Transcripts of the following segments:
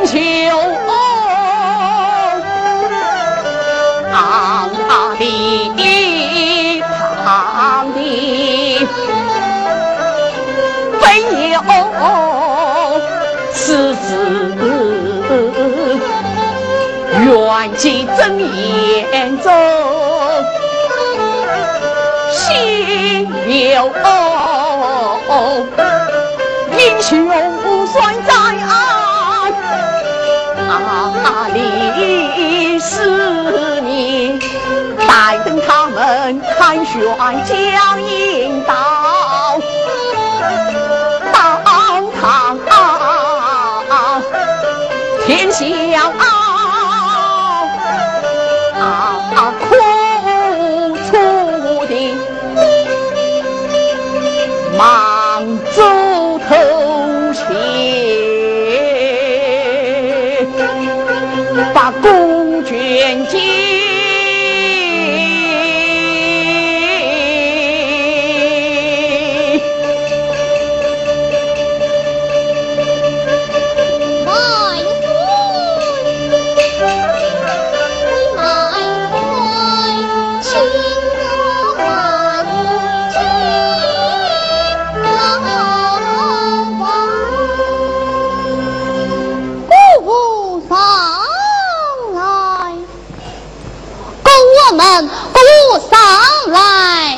秀昂昂的堂的非有此子元气睁眼中心有英雄算在哪里是你待等他们看选将引导当堂天下苦楚的忙走头前把公捐接鼓上来，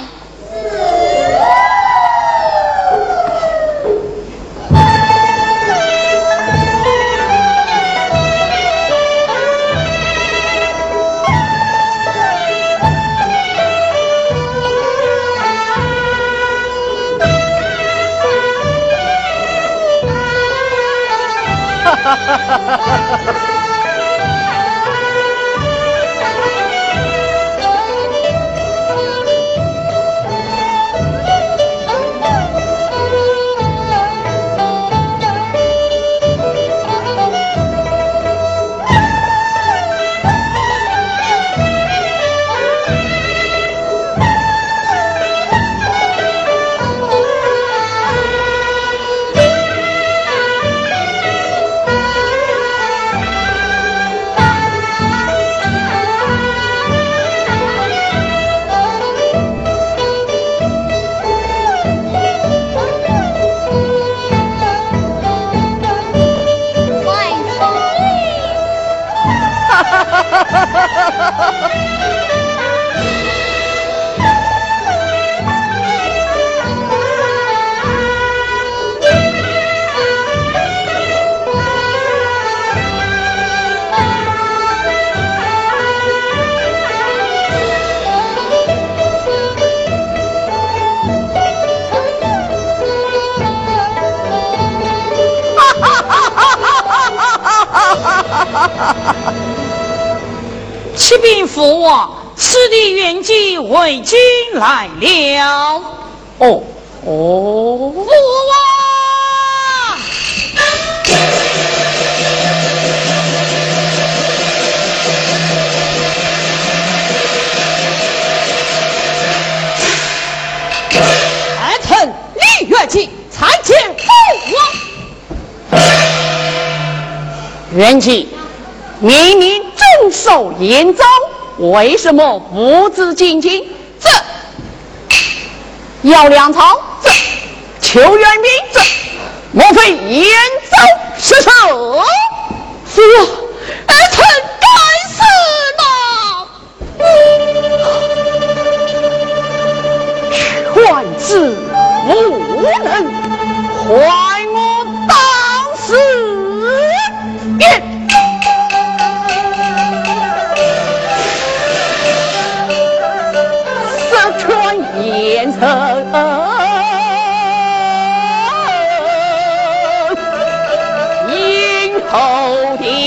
启禀父王，此地元吉为君来了。父王。儿臣李元吉参见父王。元吉，明明众受严诏，为什么不知进京？这姚梁朝，这邱元明，这莫非严诏失守？父王，儿臣该死了，劝子无能，坏我当死也。严惩殷后的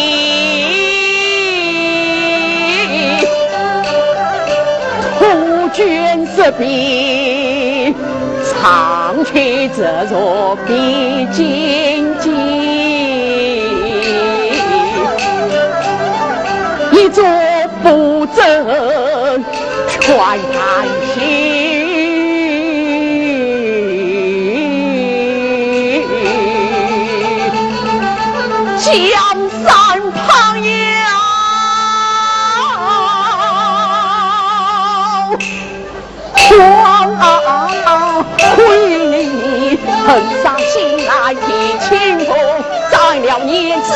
突厥之兵，长驱直入必荆棘，一座不正全看心。江山沉下心来替清风摘了叶子。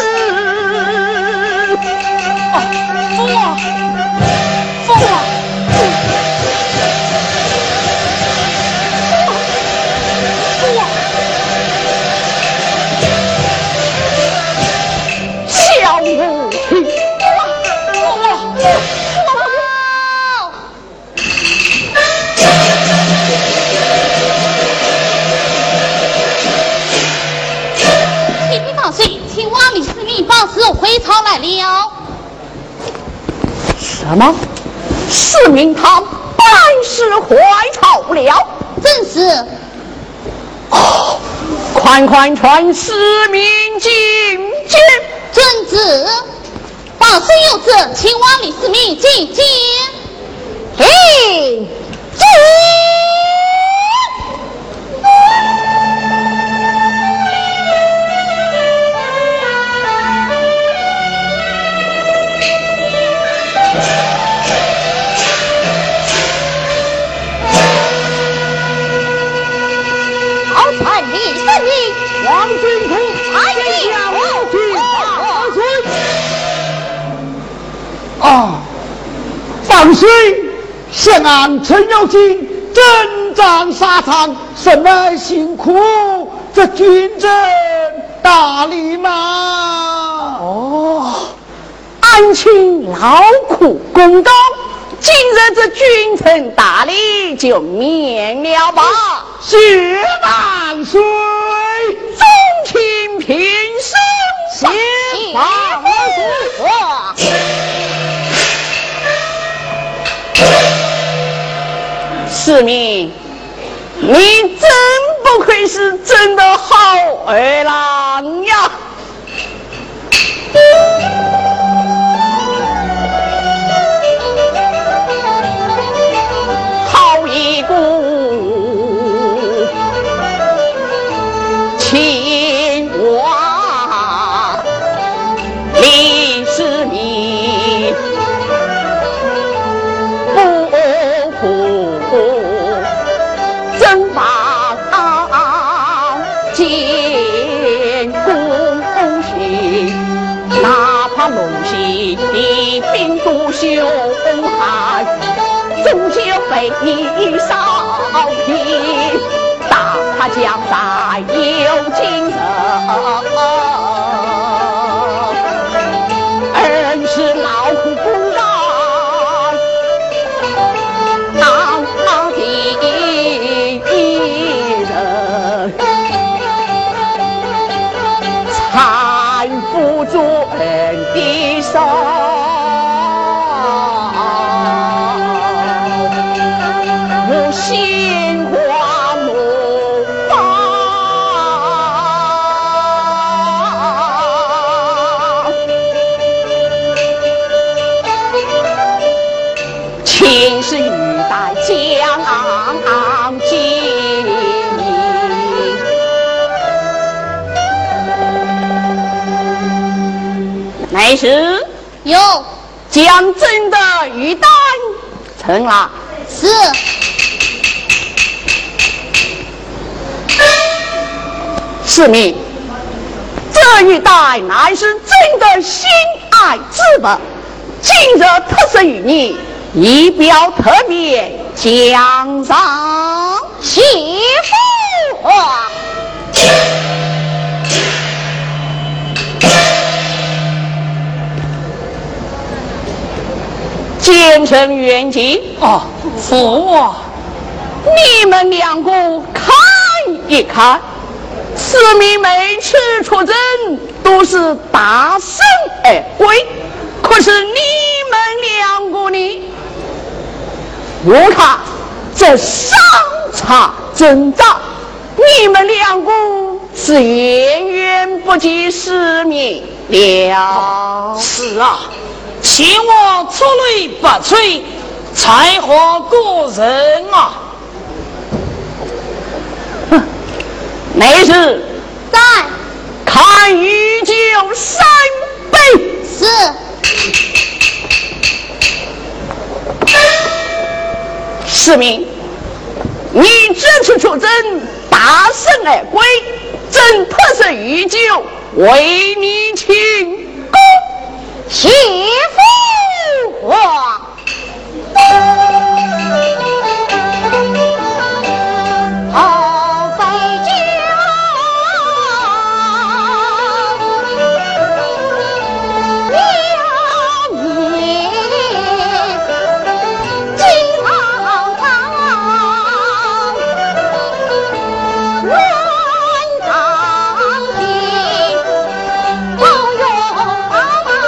父啊，父啊！ 小母亲， 你别放心，青蛙李世民报时回朝来了。 什么？市民他办事回朝了？ 正是。 哦，快传市民觐见。 遵旨。报时有旨，请往李世民觐见。 嘿，进。王君图，天下无惧大孙。啊，放水，县安陈有金征战沙场，甚乃辛苦，这军阵大礼嘛。哦，安亲劳苦功高，今日这君臣大礼就免了吧。谢万岁，宗亲平生，谢万岁。市民，你真不愧是真的好儿郎呀！好一股青蛙李世民，不负征伐建功勋，哪怕龙溪的兵都凶悍，终究非你少平。大他将在有情人，恩是劳苦功高的人，搀不住恩的手。我心花怒放，情是欲待将尽，没事。 有。 将真的玉带成了。 是。 市民，这玉带乃是真的心爱之本，今日特赐于你，以表特别，奖赏谢父。奸臣冤情啊，父啊， 你们两个看一看，市民每次出征都是大胜而归，可是你们两个呢？我看这相差征兆，你们两个是远远不及市民了。 是啊，请我出类拔萃，才华过人啊！ 没事， 在。 看御酒3杯。 是。 市民，你这次出征大胜而归，真特是御酒为你请功， 谢父皇。好杯酒，了你金堂堂，文堂平，不用帮忙。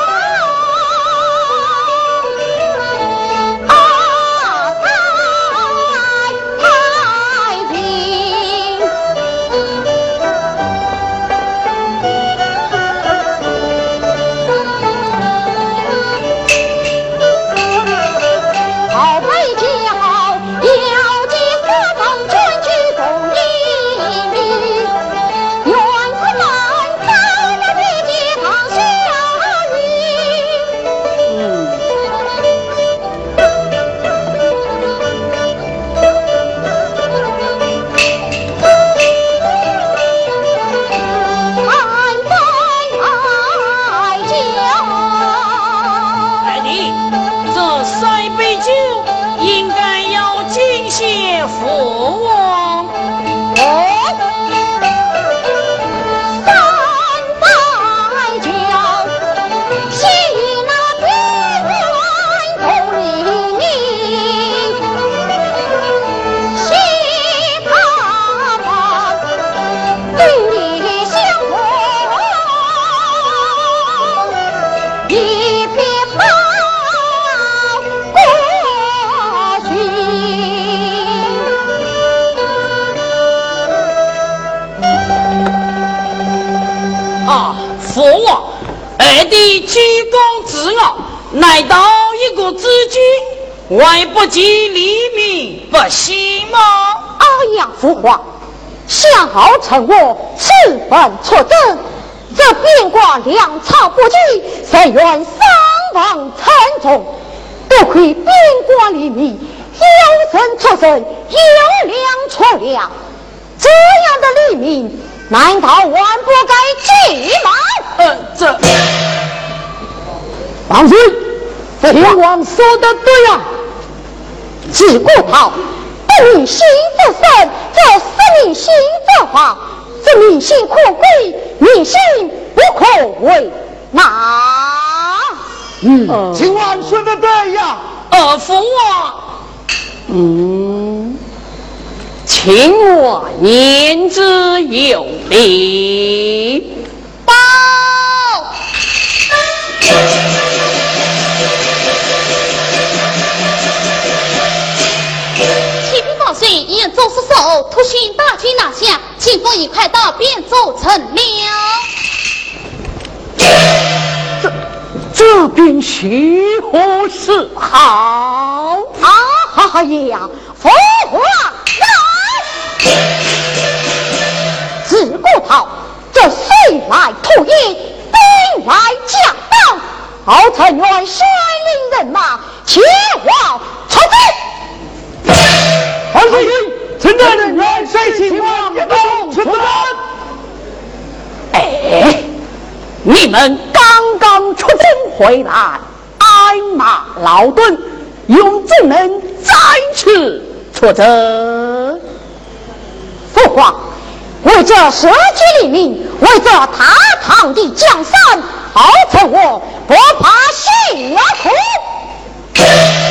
父王，儿的居功自傲，乃到一国之君，还不及黎民百姓吗？ 哎呀，父皇，夏豪臣我十分错正，这边关粮草不济，谁愿伤亡沉重？多亏边关黎民有神出神，有粮出粮，这样的黎民，难道还不该惧吗？ 这王孙，天王说的对呀、 自古道，不民心则生，则使民心则化。这民心可贵，民心不可为。 秦王说的对呀、 父王， 请我言之有理。 报。 启禀万岁，燕州失守，突袭大军拿下，清风已快到汴州城了。 这便是何事好？ 哎呀，父皇来！自古道，这谁来突袭，兵来将挡。敖臣愿率领人马前往出征。 王孙，臣在人元帅秦王一同出征。 你们刚刚出征回来，挨马劳顿，用怎能再次出征？ 父皇，为这社稷黎民，为这他堂的江山，敖臣我不怕辛苦。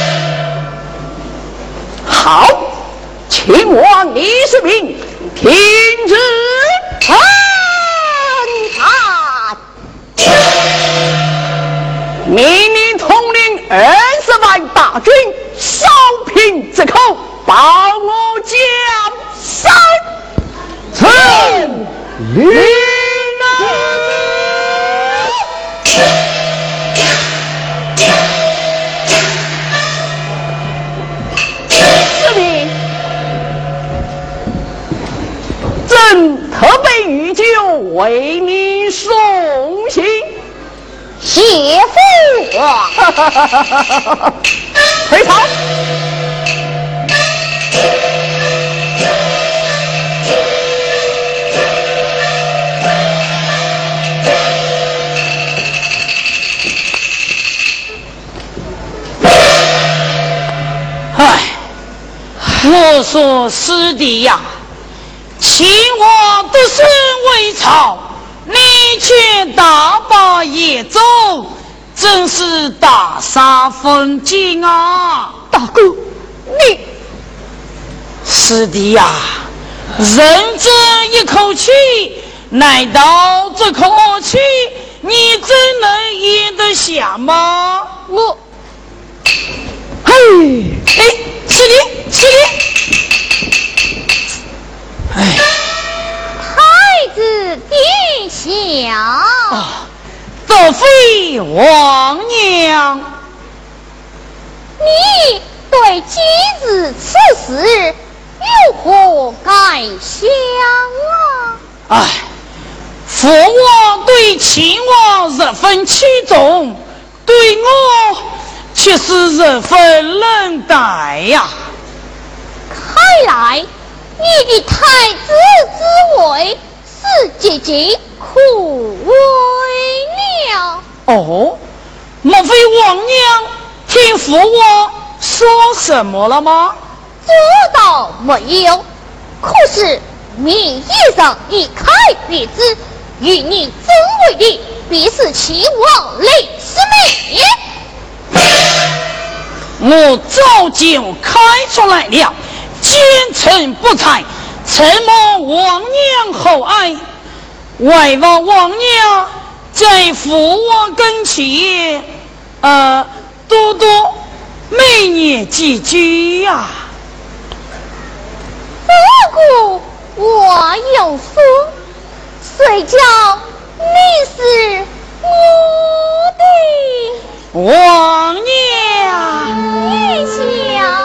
好，请王李世民听旨。 臣看。 命令统领20万大军，烧平这口，保我江山。 臣领司令，朕特备御酒为你送行。 谢父皇。 回朝。 我说师弟呀，请我得胜为朝，你却大把野走，真是大煞风景啊！ 大哥，你师弟呀，人这一口气，难道这口气你真能咽得下吗？ 我， 哎，师弟，哎， 太子殿下， 啊，德妃王娘， 你对妻子此事有何感想啊？ 哎，父王对秦王十分器重，对我却是十分冷淡呀。 看来你的太子之位是姐姐苦为了。 哦，莫非王娘听父王说什么了吗？ 这倒没有，可是名义上一开便知，与你争位的必是秦王李世民。 我早就开出来了，奸臣不才，承蒙王娘厚爱，外望王娘在父王跟前，多多美言几句呀。 不过我有说，谁叫你是我的王娘， 殿下？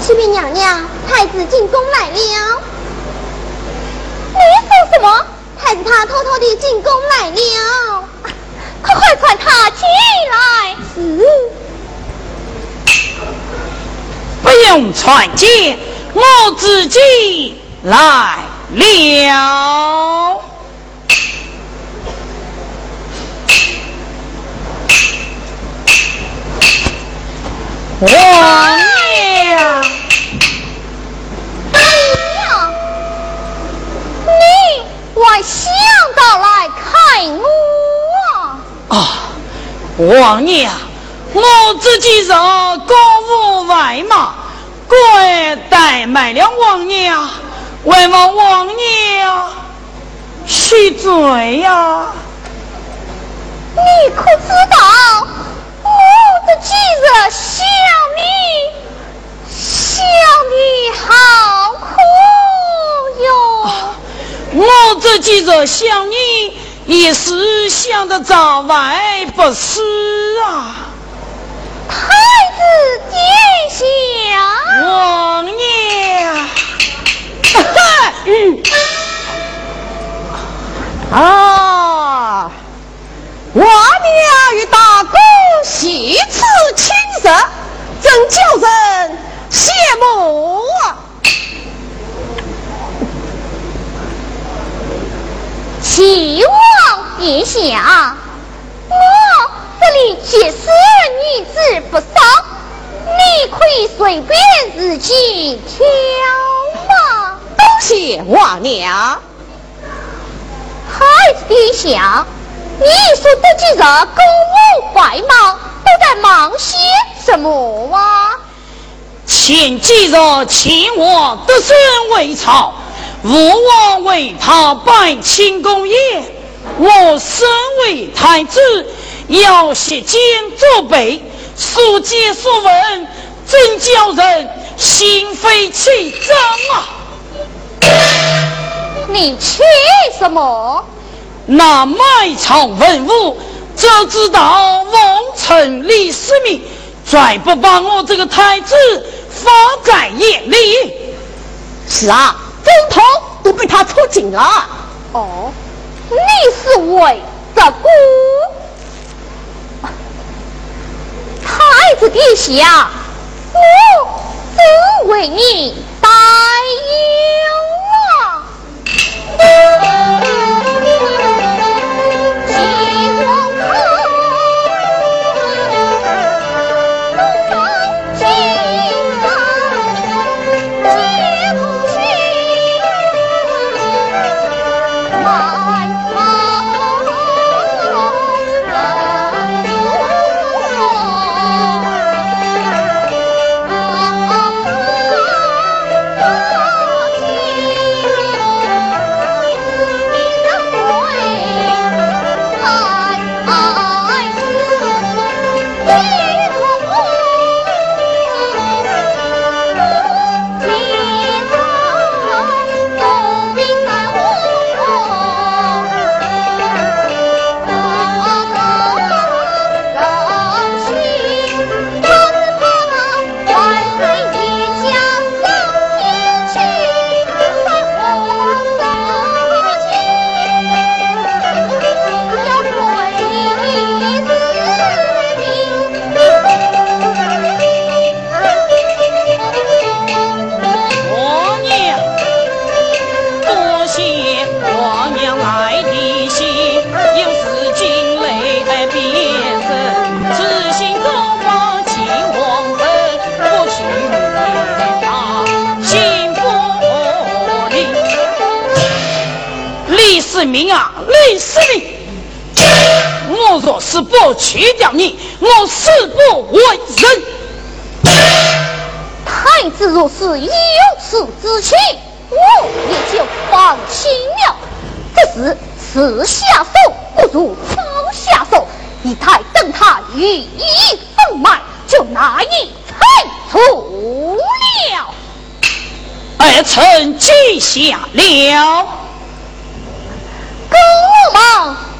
启禀娘娘，太子进宫来了。你说什么？太子他偷偷地进宫来了，快传他进来。 不用传见，我自己来了。王娘， 你还想到来看我啊？王娘，我自己是公务外马，怪怠慢了王娘，为望王娘恕罪呀。 你可知道我的今日想你好苦哟。 我这几日想你，也是想得早外不是啊。 太子殿下， 王娘， 我娘与大哥喜此亲热，真叫人羡慕啊！ 齐王殿下，我这里绝是女子不少，你可以随便自己挑嘛。 多谢王娘。 太子殿下，你说这几日公务繁忙，都在忙些什么啊？ 前几日秦王得胜为朝，吴王为他办庆功宴，我身为太子，要席间作备，所见所闻，真叫人心肺气张啊！ 你缺什么？ 那买场文武，就知道王臣李世民，再不把我这个太子放在眼里。 是啊，总统都被他戳紧了。 哦，你是为这个太子殿下，我真为你担忧啊！ 李世民，我若是不去掉你，我誓不为人。 太子若是有此之情，我也就放心了。这事此下手不如方下手，一太等他羽翼丰满，就拿你裁除了。 儿臣记下了。 公务忙，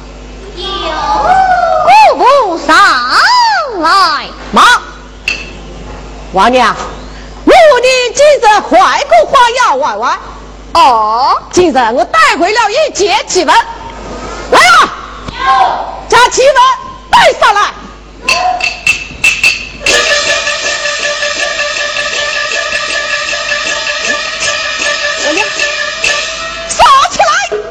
公务上来。 忙，王娘，我的的记着怀古花样玩玩。 哦， 今日我带回了一节气文，来啊，将气文带上来。烧起来！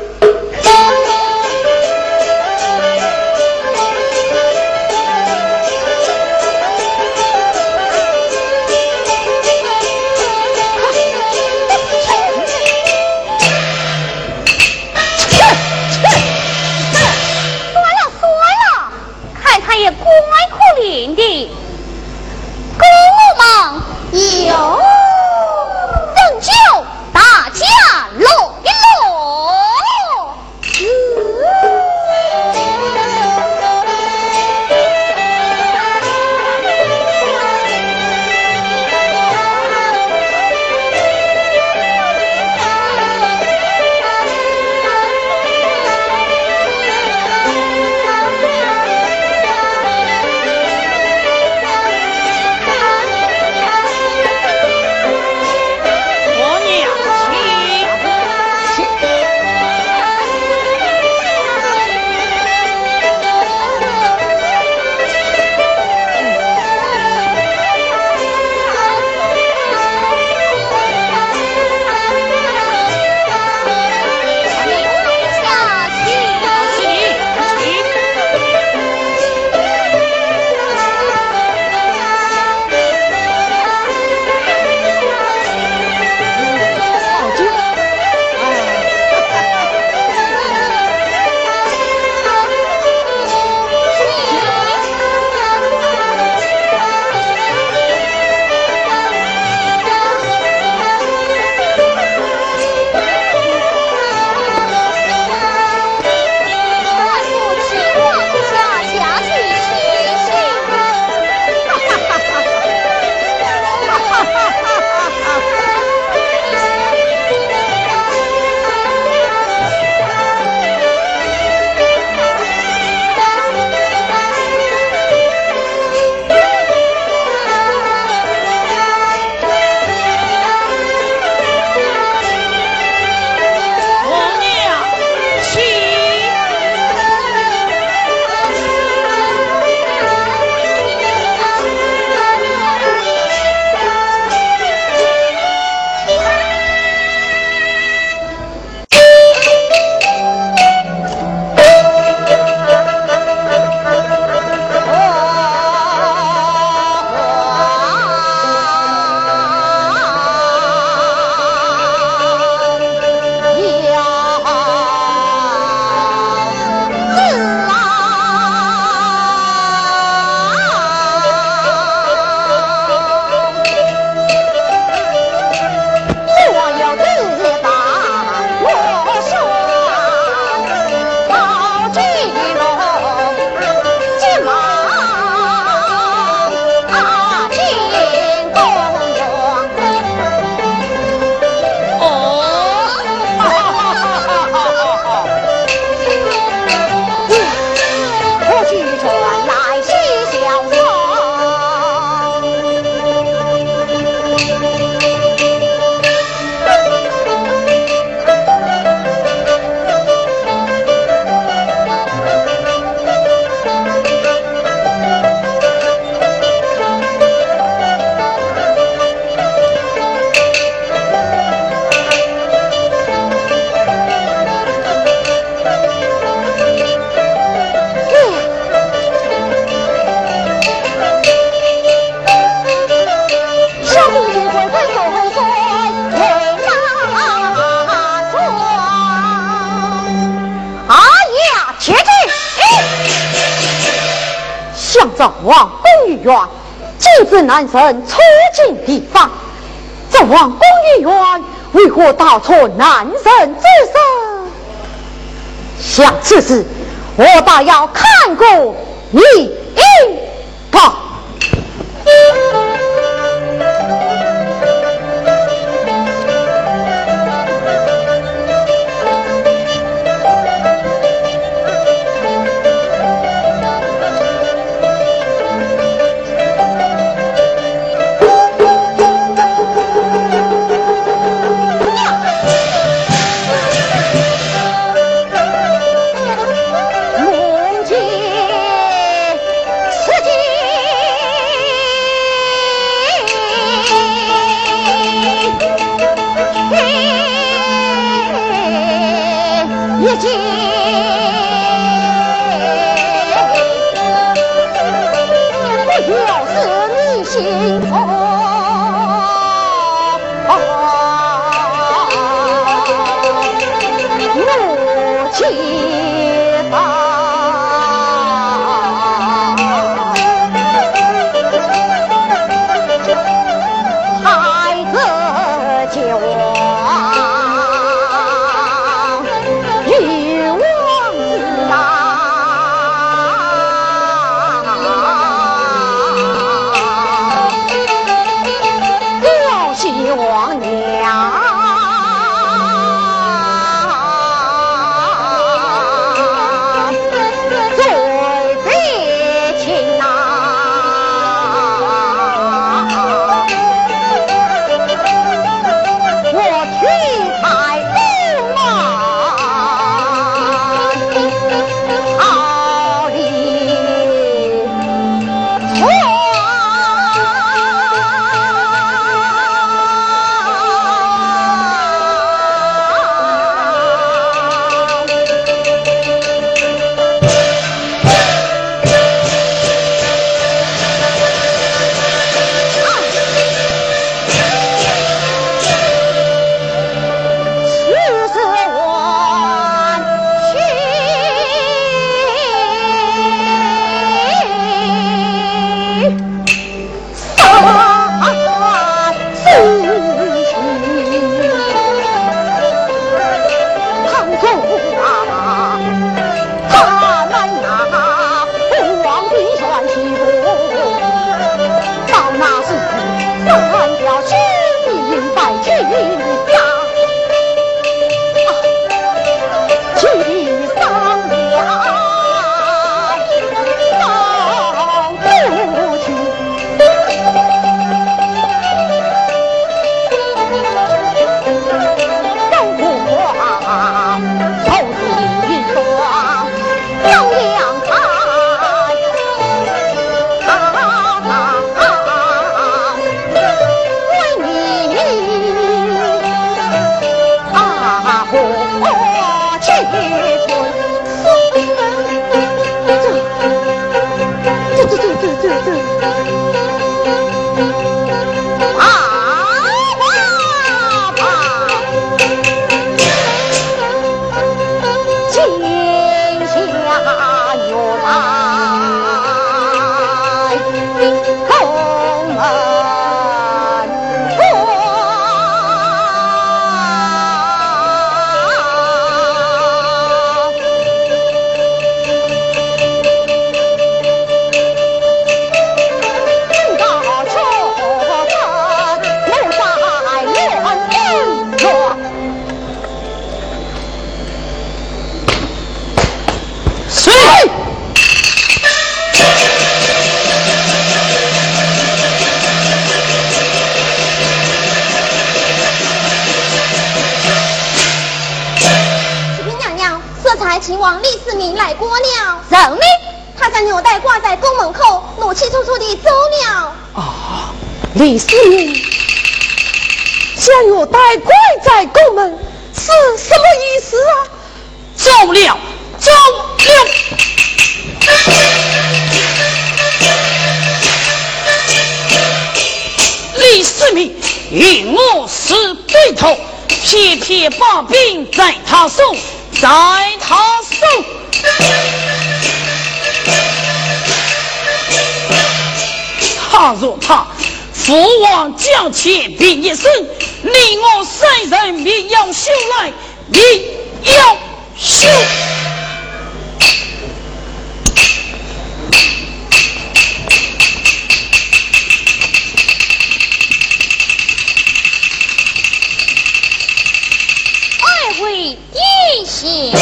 看他也乖可怜的，公我忙有等就大家落一落。 赵王公于元，禁止男生出境地方。这王公于元为何盗错男人之身？想此事，我倒要看过你一把。 心痛。 秦王李世民来过了。 人呢？ 他将纽带挂在宫门口，怒气冲冲地走了。 啊，李世民将纽带挂在宫门，是什么意思啊？ 走了，走了。李世民与我是对头，偏偏把兵在他手，在他手。他若怕父王将前兵一声，你我三人必要修来，必要修。 二位殿下，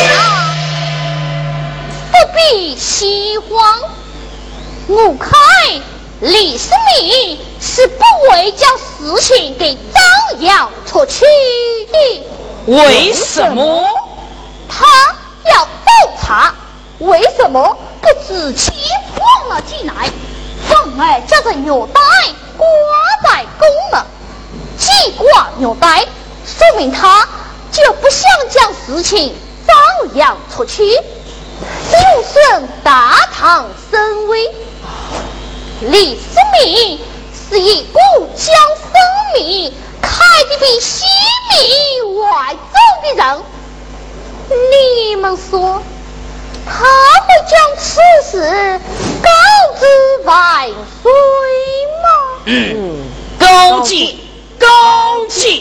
不必西慌。我看李世民是不会将事情给张扬出去的。 为什么？ 他要调查为什么不自己放了进来，反而将这纽带挂在宫门。既挂纽带，说明他就不想将事情张扬出去，有损大唐声威。李世民是以故乡生命开的比西米外走的人，你们说他会将此事告知万岁吗？ 高进，高进。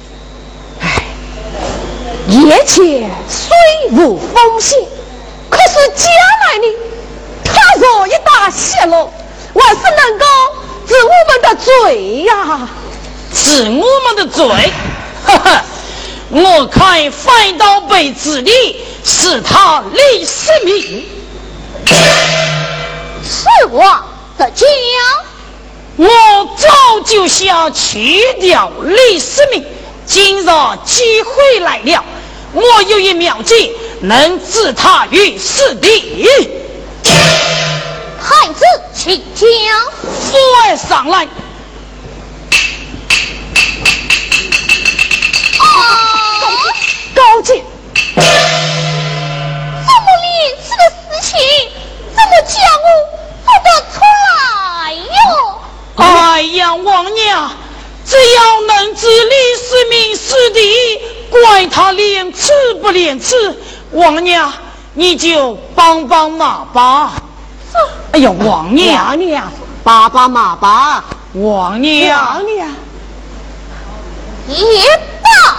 一切虽无风险，可是将来呢，他若一旦泄露，还是能够治我们的罪呀！ 治我们的罪，哈哈！我看反倒被治理，是他李世民。 是我的家， 我早就想去掉李世民，今日机会来了，我有一妙计能置他于死地。 太子请讲。 父儿上来。 高进， 这么廉耻的事情，怎么叫我做得出来哟？ 哎呀，王娘，只要能治李世民死地，怪他廉耻不廉耻，王娘你就帮帮忙吧。哎呀，王娘， 爸爸妈妈， 王娘， 也罢，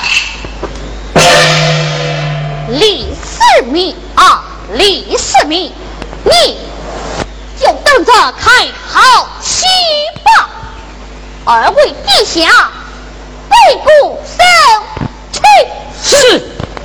李世民啊，李世民，你就等着开好戏吧。二位陛下，背鼓升去。 是。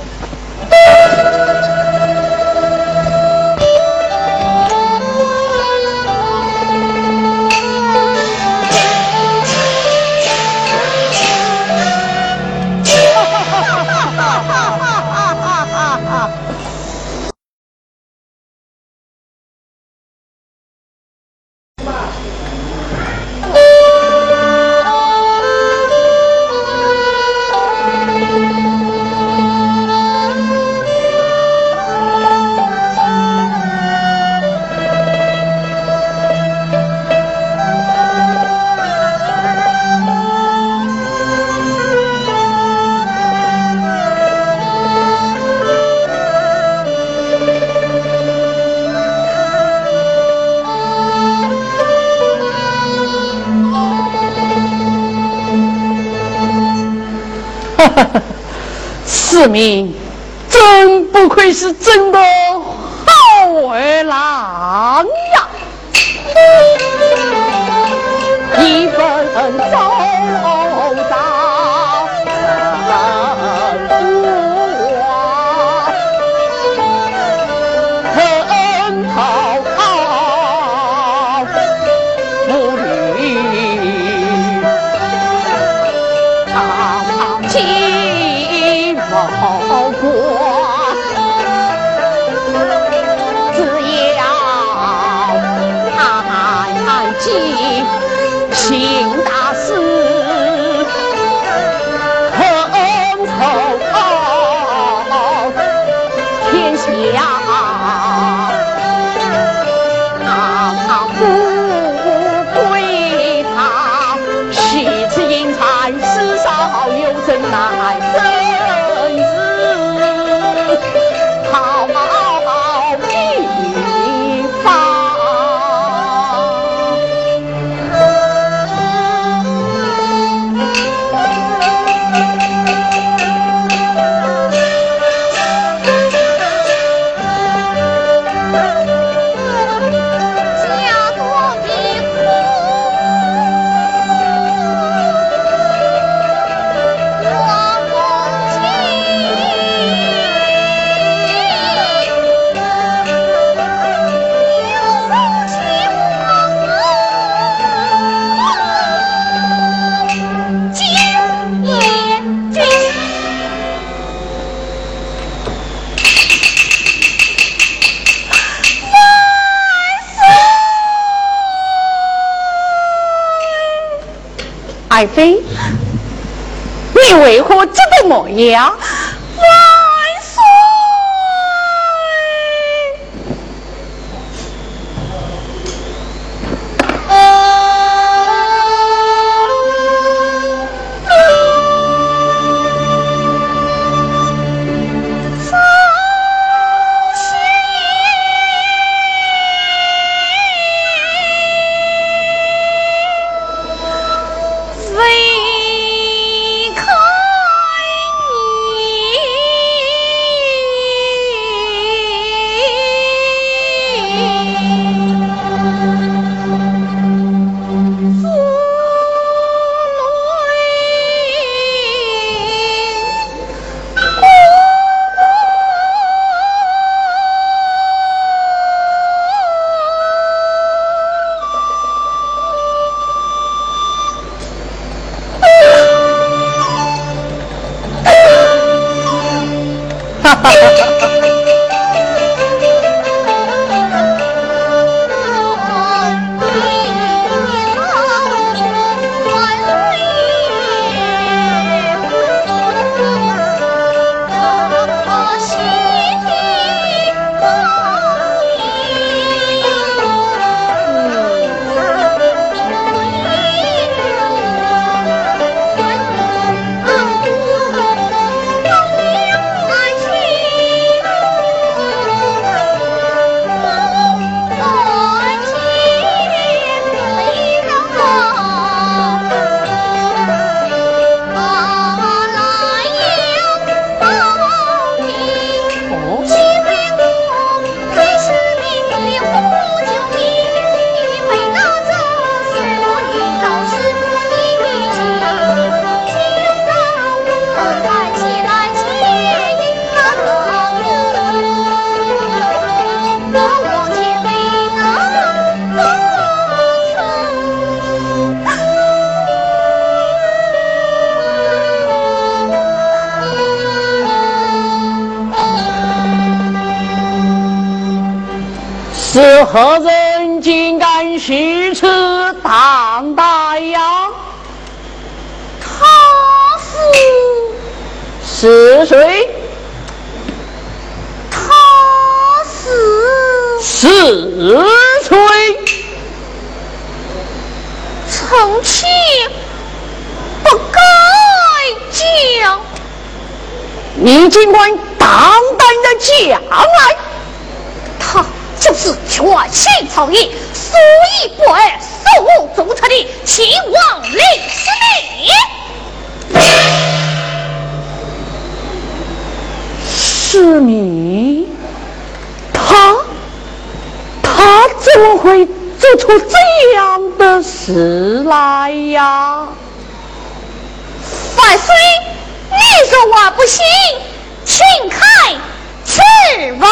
世民真不愧是真的好儿郎呀！一份早早很好母女常情报国，只要安静行大事，恩仇天下不归他，惜之因财，世上有真乃真是好地方。 家多的我母亲，今夜君。 爱妃，你为何这个模样？ 万岁！ 是何人竟敢虚此当代呀？ 他是谁？ 他是谁？ 臣妾不该讲。 你尽管大胆的讲来。 他就是全信曹营，所以不二受我忠诚的秦王李世民。 是你？他怎么会做出这样的事来呀？ 万岁，你说我不信，请开此王。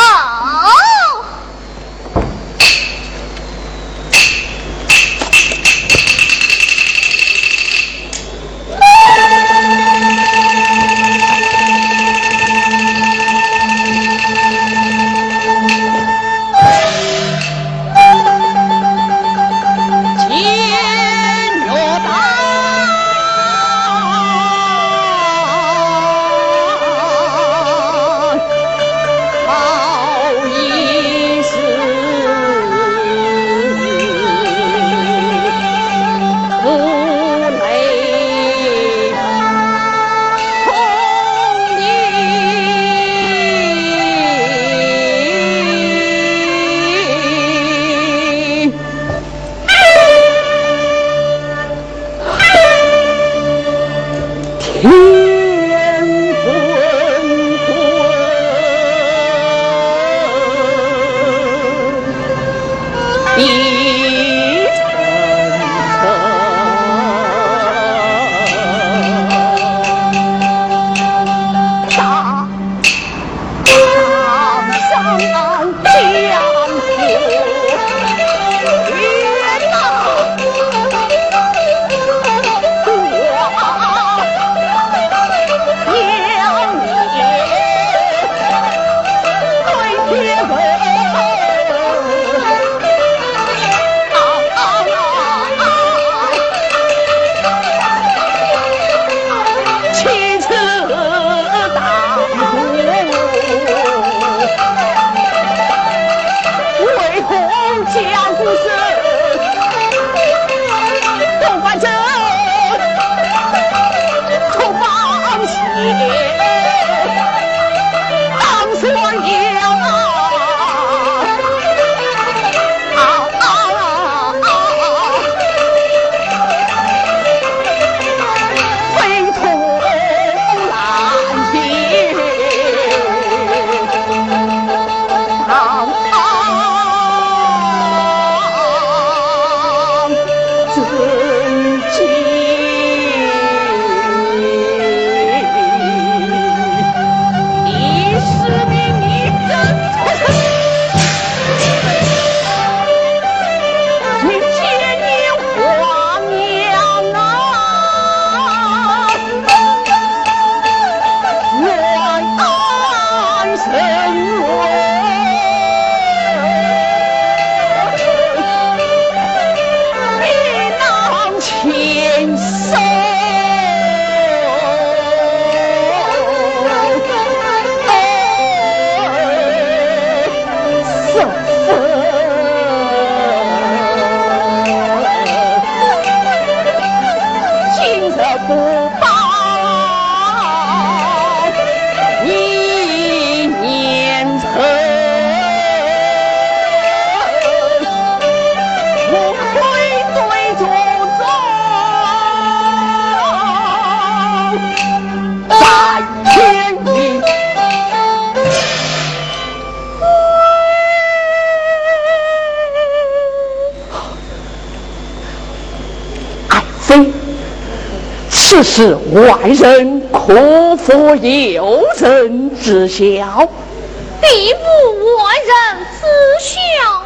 此事外人可否有人知晓？ 并无外人知晓。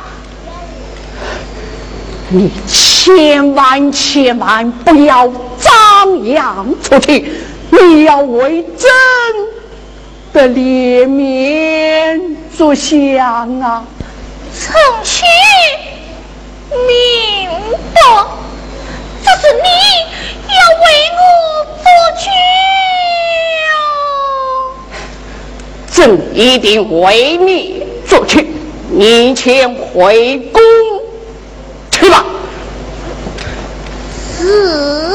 你千万不要张扬出去，你要为真的脸面着想啊！ 臣妾明白，这是你要为我做主。 朕一定为你做去，你先回宫去吧。 是。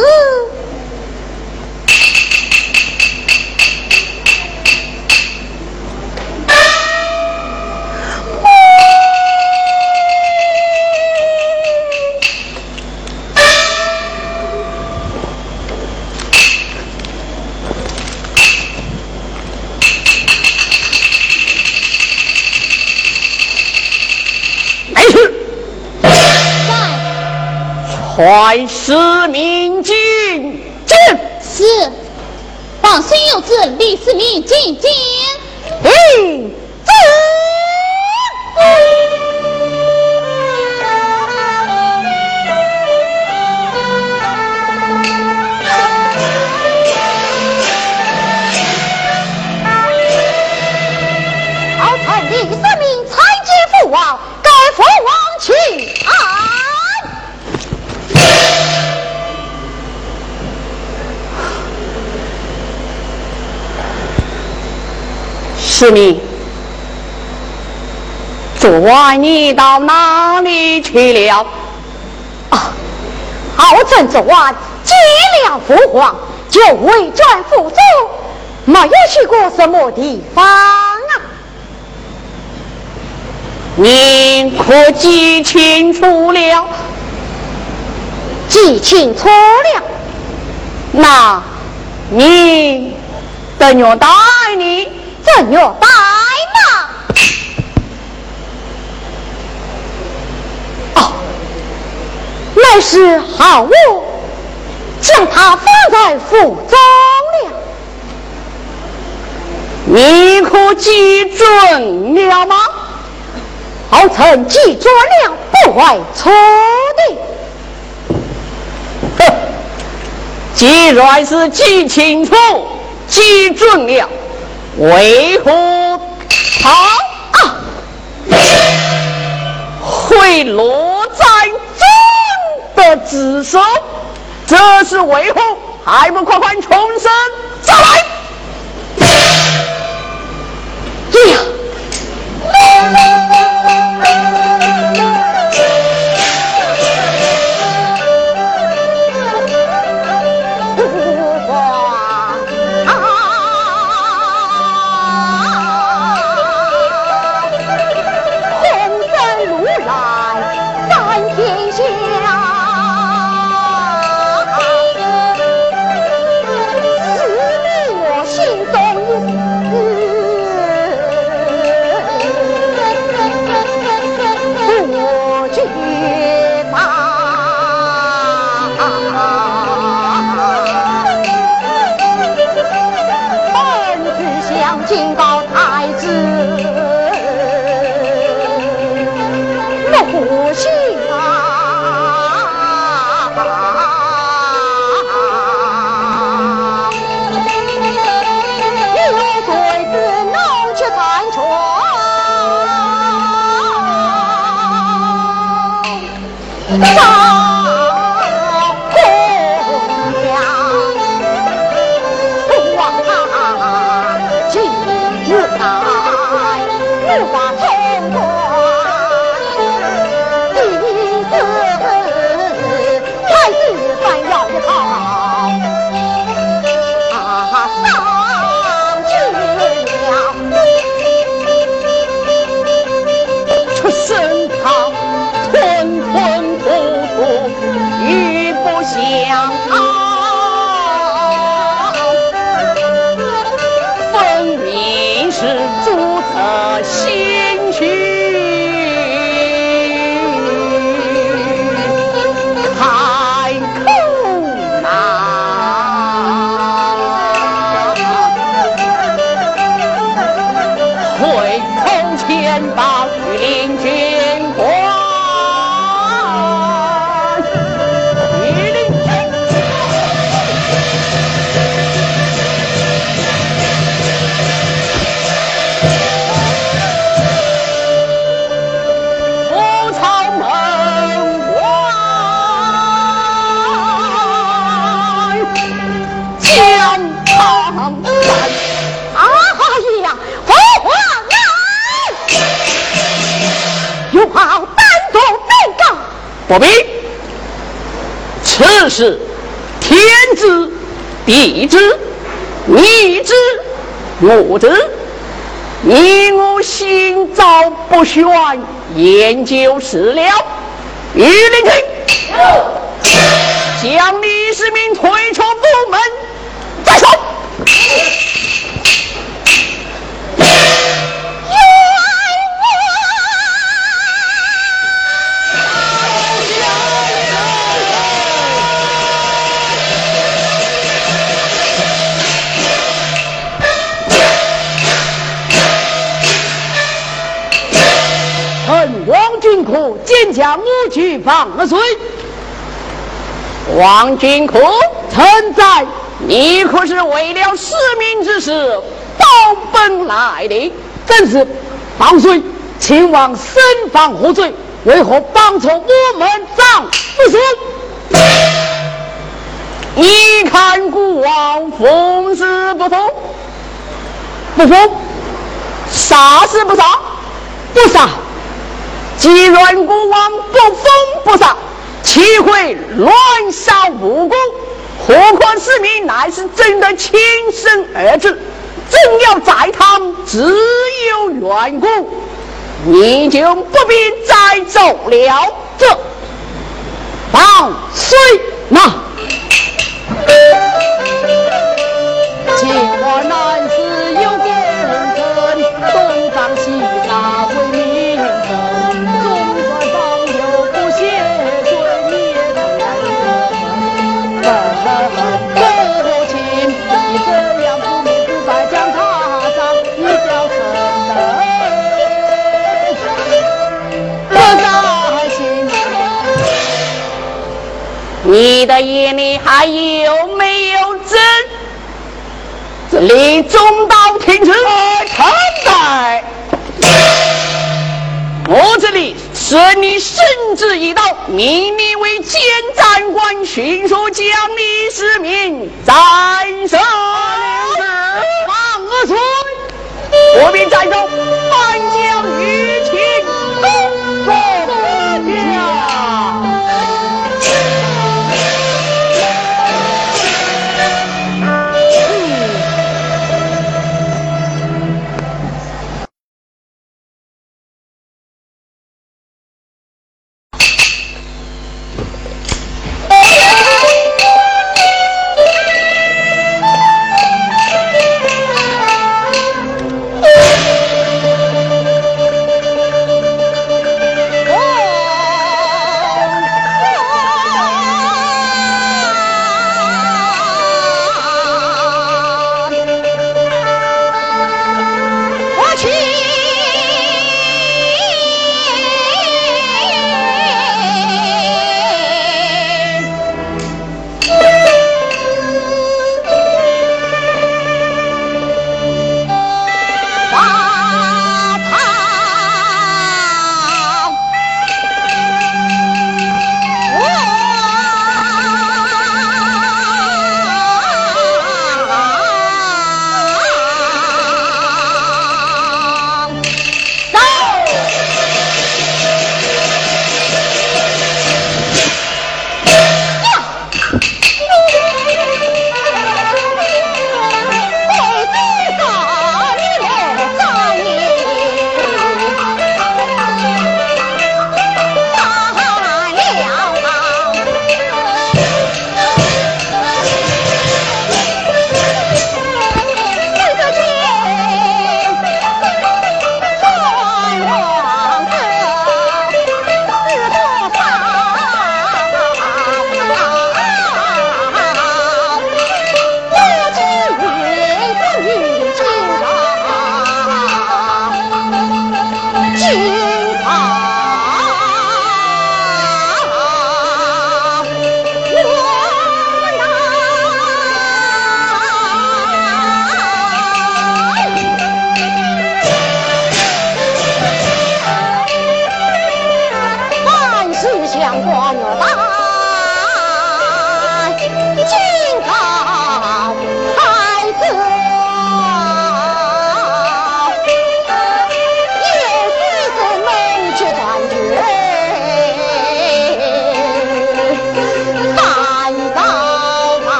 传使明君进。 是，放心有旨，李世民觐见。 好臣李世民参见父王，该父王请安。 世民，昨晚你到哪里去了？ 好朕昨晚接了父皇，就伪转府中，没有去过什么地方啊。 你可记清楚了？ 记清楚了。 那你怎样待你？ 怎样待呢？乃是好物，将它放在府中了。 你可记准了吗？ 好臣记准了，不会错的。 哼，既然是记清楚、记准了，为何他会落在朕的之手？这是为何？还不快快重生再来！ 对呀。 警告太子，不行啊！有罪之弄去看全， 分明是主策先。 不必。此事天知地知，你知我知，你我心照不宣，研究事了。御林军将李世民推出府门，再说。 王君可坚将我去放了水。 王君可， 臣在。 你可是为了使命之事保本来的？ 正是。放水，秦王身犯何罪？为何帮助我们长不死？ 你看孤王奉事不奉？ 不奉。 杀是不杀？ 不杀。 既然国王不封不杀，岂会乱杀无辜？何况市民乃是真的亲生儿子，真要在堂，只有缘故。你就不必再走了。 这放水那。 秦王乃是有功臣，东张西杀为民臣，总算方有不谢罪灭父亲，你这样不明不白将他上，你叫臣的不甘心。 你的眼里还有没有真？离中道停止，臣在。我这里是你圣旨一道，命你为监斩官，迅速将李世民斩首。 放我水， 我必斩首，颁奖于秦国家。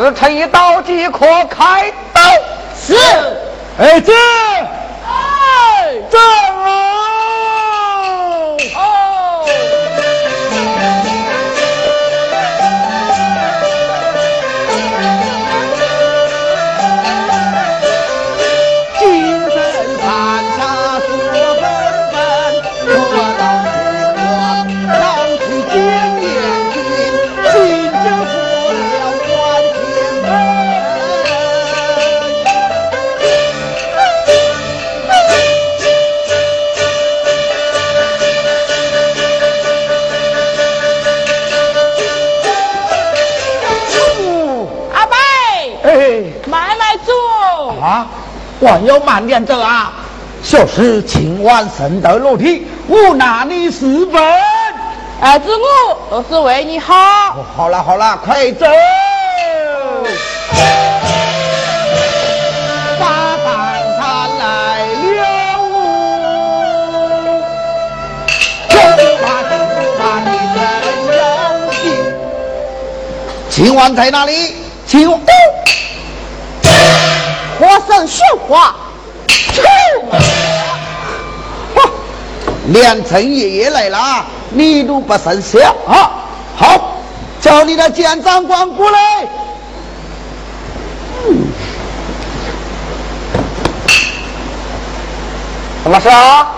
时辰一到即可开刀。 是。 哎，这。 哎， 这。 哦。 还要慢点走啊！小事请晚神德落地，我拿你4分。 儿子，我都是为你好。 好了好了，快走！八板他来了，真要紧。秦王在哪里？秦王。 火神喧哗， 连城爷爷来了，你都不生笑啊！好，叫你的监长官过来。什么事啊？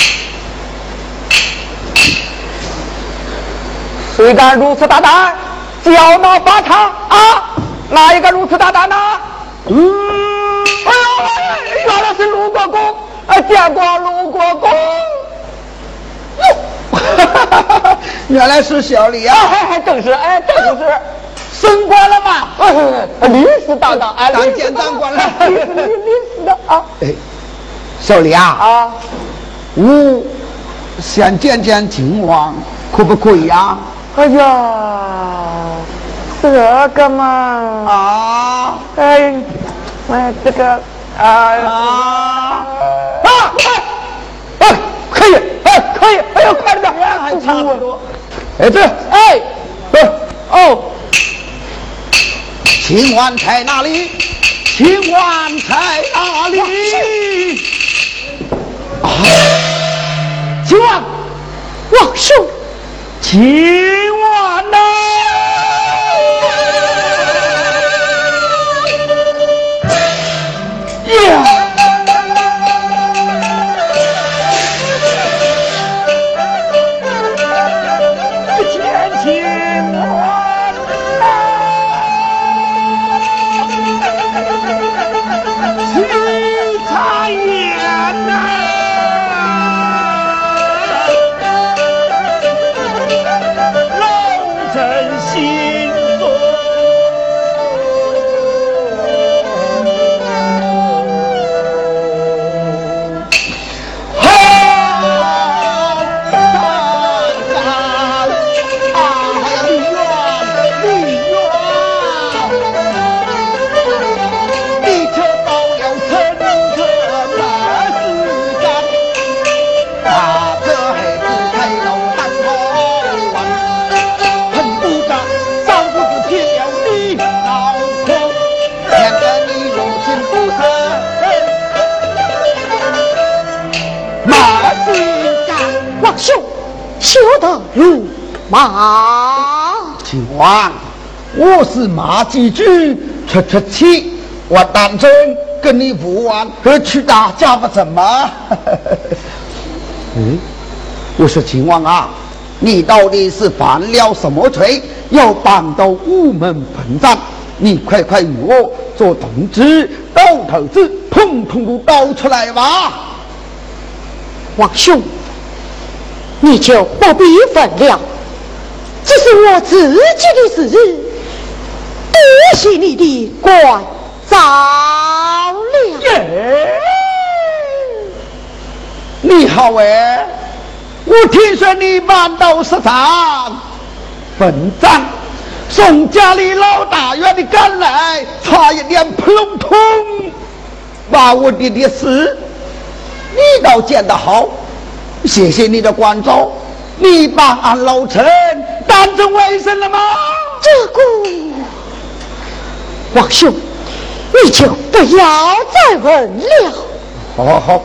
谁敢如此大胆，叫闹法场啊？哪一个如此大胆呢？哎呦，原来是卢国公，见过卢国公。原来是小李啊！正是，正是，升官了吗？理事大当，当监长官了，理事的啊！哎，小李啊，我想见见秦王，可不可以啊？哎呀，这个嘛啊，这个可以，可以，哎呦，快点，还差不多。秦王在哪里？秦王在哪里？秦王， 王兄， 秦王呐！呀！ 休得辱骂！ 秦王，我是骂几句出气，我当真跟你父王和去打架不成吗？我说秦王啊，你到底是犯了什么罪，要绑到午门奋战？你快快与我做同志、刀头子，统统都刀出来吧！ 王兄，你就不必问了，这是我自己的事，多谢你的关照了。 你好哎，我听说你满刀十场奋战，宋家里老大院的赶来，差一点扑通通把我的事，你倒见得好，谢谢你的关照。你把俺老陈当成外甥了吗？ 这个王兄，你就不要再问了。 好好好，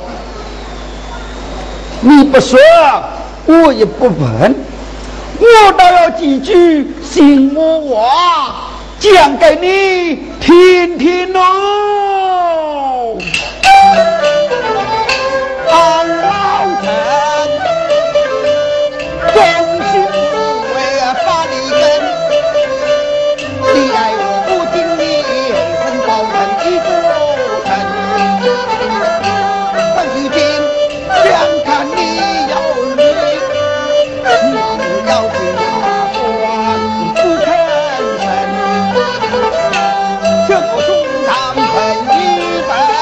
你不说，我也不问。我倒要几句心窝话讲给你听听哦。俺老臣忠心不为法力根，你爱我不敬你，身报恨一不成。本如今想看你有理，你要去哪关不肯认，这不中堂恨一分。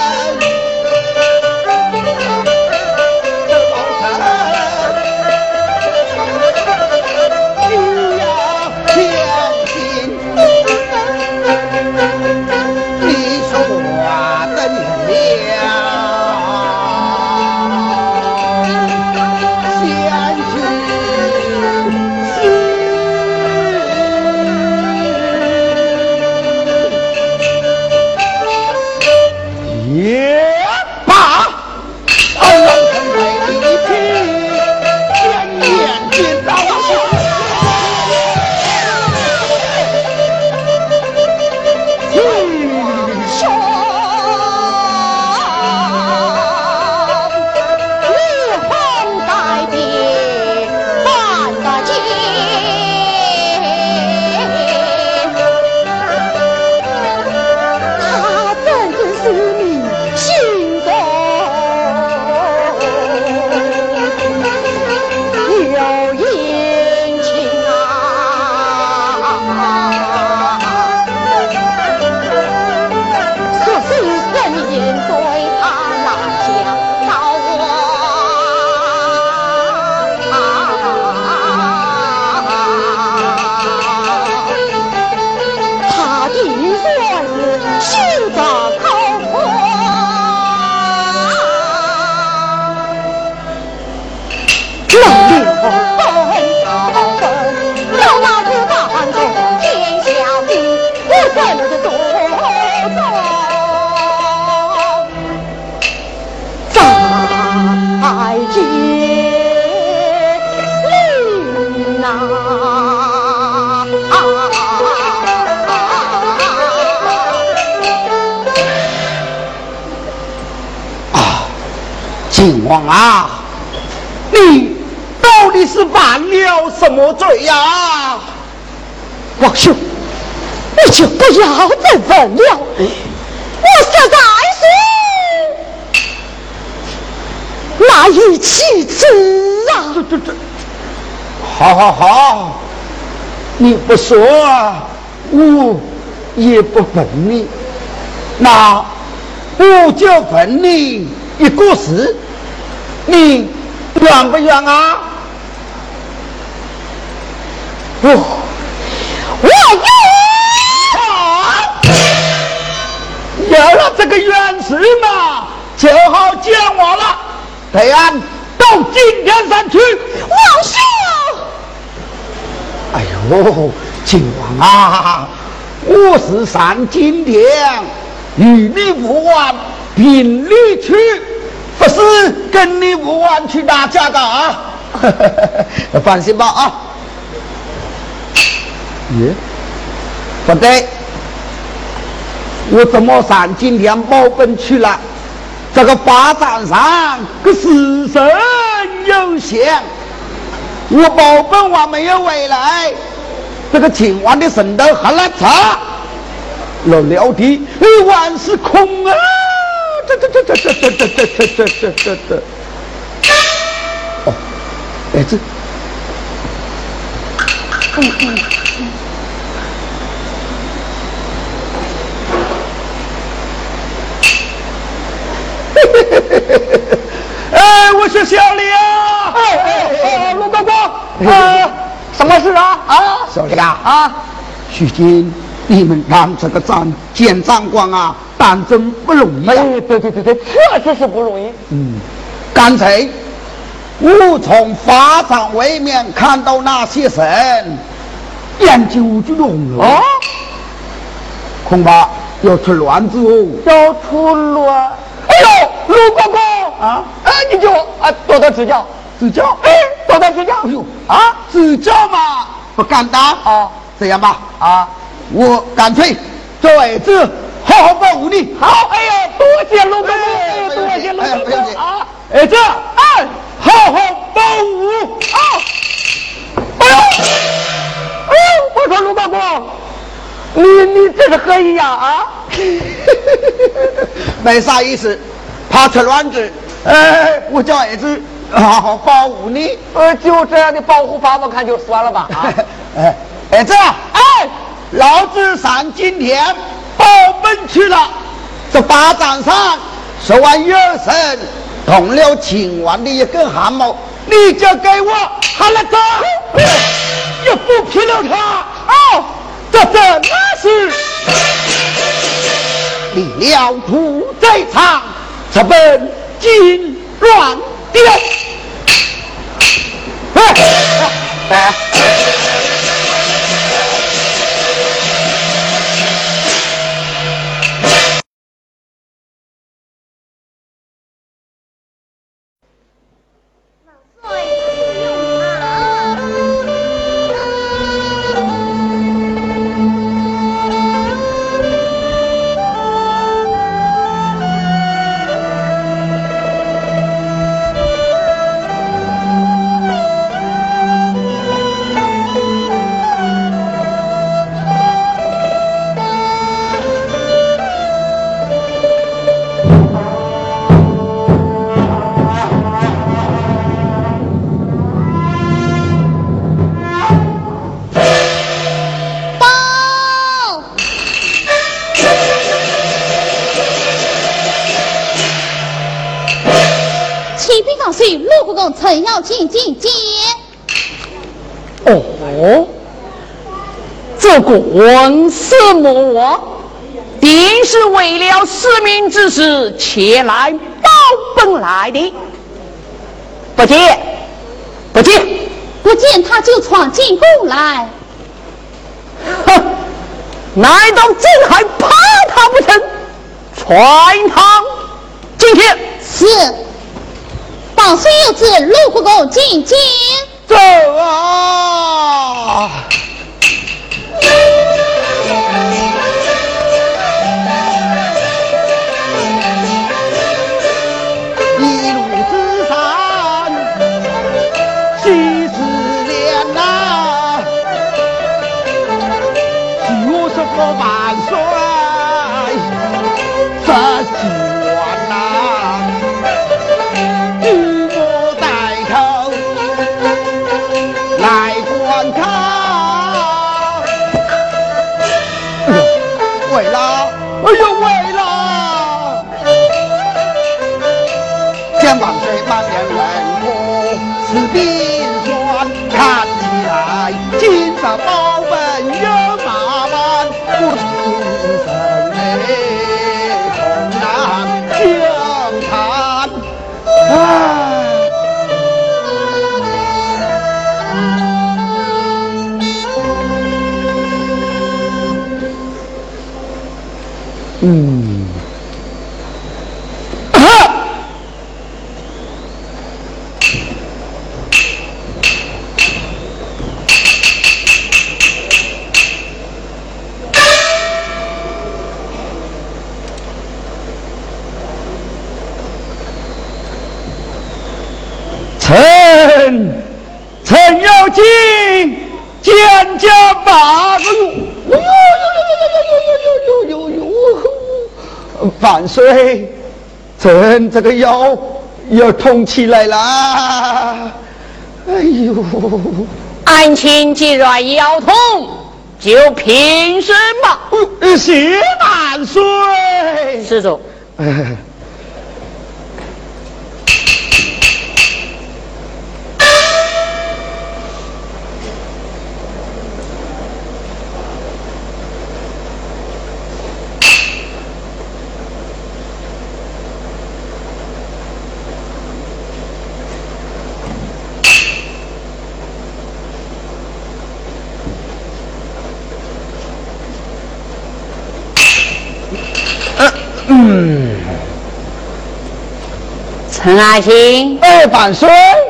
靖王啊，你到底是犯了什么罪呀？ 王兄，你就不要再问了，我实在是难以启齿啊！ 好，你不说，我也不问你。那我就问你一个事，你愿不愿啊？ 我愿。 有了这个愿词嘛，就好见我了。得安到金田山去。 王兄， 哎呦，靖王啊，我是上金田，与你无完，并离去，不是跟你无完去打架的啊！放心吧啊！耶，不对，我怎么上金田报本去了？这个法场上个死神有限，我报本还没有回来，这个秦王的神都还来查，老了的万事空啊！这，哦，儿子，哎，我是小李啊！ 陆哥哥，什么事啊？ 小李啊，徐经你们让这个简长官啊，当真不容易啊！ 对，确实是不容易。 刚才我从法场外面看到那些人，眼睛就聋了。 恐怕要出乱子哦。 要出乱！哎呦，陆公公啊！ 哎，你就多多指教， 指教？ 哎，多多指教。 哎呦啊， 指教嘛，不敢当啊。 这样吧， 啊， 我干脆做儿子好好保护你。 好，哎呀，多谢陆公公，多谢陆公公啊！ 儿子， 哎， 好好保护啊！哎呦，哎呦，我说陆公公，你这是何意呀？啊？ 没啥意思，怕出乱子。我叫儿子好好保护你。 就这样的保护法，我看就算了吧。啊， 儿子， 哎， 老子上今天报本去了，这巴掌上手腕有神，动了秦王的一根汗毛，你就给我喊了走，也不批了他。 哦，这怎么是？ 立了屠贼场，这本金乱掉。 陆公公曾要进京见。 哦，这官司我定是为了使命之事前来报本来的。不见，不见， 不见他就闯进宫来。 哼，难道朕还怕他不成？传堂今天是。保虽有旨，陆公公进京。 走啊！一路之上，几十年呐，90万岁，这几万呐。来观看，为了，为了，见万岁满脸人物是冰霜，看起来金色宝本有麻烦，不听声雷同难惊叹，唉。臣有请见驾吧！万岁，朕这个腰又痛起来了。哎呦， 安亲既然腰痛，就平身吧。 谢万岁， 施主。 陈爱卿， 万岁。